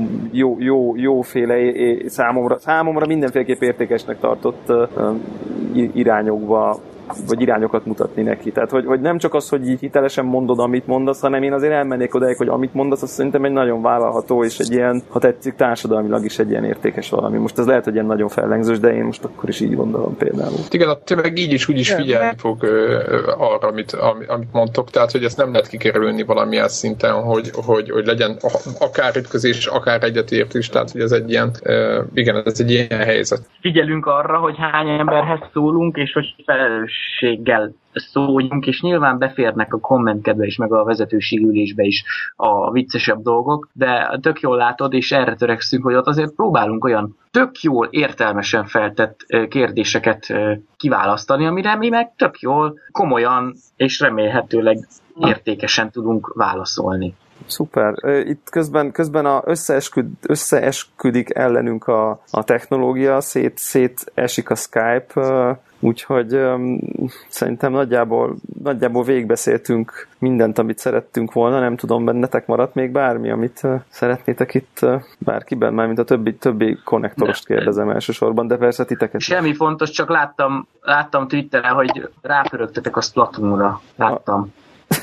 jóféle számomra mindenféleképp értékesnek tartott irányokba vagy irányokat mutatni neki. Tehát, hogy nem csak az, hogy így hitelesen mondod, amit mondasz, hanem én azért elmennék odáig, hogy amit mondasz, az szerintem egy nagyon vállalható, és egy ilyen, ha tetszik, társadalmilag is egy ilyen értékes valami. Most ez lehet, hogy ilyen nagyon fellengzős, de én most akkor is így gondolom például. Igen, tényleg így is úgy is figyelni fog arra, amit mondtok, tehát hogy ezt nem lehet kikerülni valamilyen szinten, hogy legyen akár ütközés, akár egyetértés, tehát hogy ez egy ilyen, igen, ez egy ilyen helyzet. Figyelünk arra, hogy hány emberhez szólunk, és hogy felelősséggel szóljunk, és nyilván beférnek a kommentkedbe is, meg a vezetőségi ülésbe is a viccesebb dolgok, de tök jól látod, és erre törekszünk, hogy ott azért próbálunk olyan tök jól értelmesen feltett kérdéseket kiválasztani, amire mi meg tök jól, komolyan és remélhetőleg értékesen tudunk válaszolni. Szuper. Itt közben összeesküdik ellenünk a technológia, szétesik a Skype, úgyhogy szerintem nagyjából végigbeszéltünk mindent, amit szerettünk volna. Nem tudom, bennetek maradt még bármi, amit szeretnétek itt bárkiben, mármint a többi konnektorost kérdezem elsősorban, de persze titeket. Semmi fontos, csak láttam Twitteren, hogy rápörögtetek a Splatoonra. Láttam.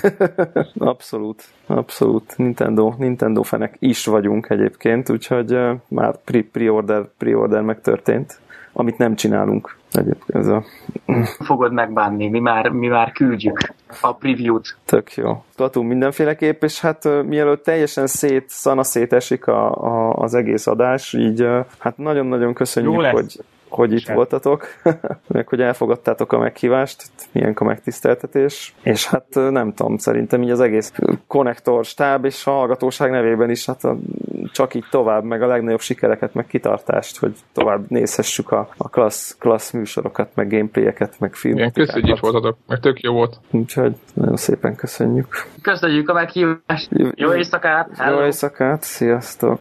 Abszolút. Nintendo fenek is vagyunk egyébként, úgyhogy már pre-order megtörtént, amit nem csinálunk egyébként. Fogod megbánni, mi már küldjük a preview-t. Tök jó. Splatoon mindenféleképp, és hát mielőtt teljesen szétesik az egész adás, így hát nagyon-nagyon köszönjük, hogy itt voltatok, meg hogy elfogadtátok a meghívást, milyen a megtiszteltetés, és hát nem tudom, szerintem így az egész konnektor stáb és a hallgatóság nevében is hát csak így tovább, meg a legnagyobb sikereket, meg kitartást, hogy tovább nézhessük a klassz műsorokat, meg gameplayeket, meg filmeket. Igen, köszönjük, hogy itt voltatok, meg tök jó volt. Úgyhogy nagyon szépen köszönjük. Köszönjük a meghívást. Jó éjszakát! Jó éjszakát, sziasztok!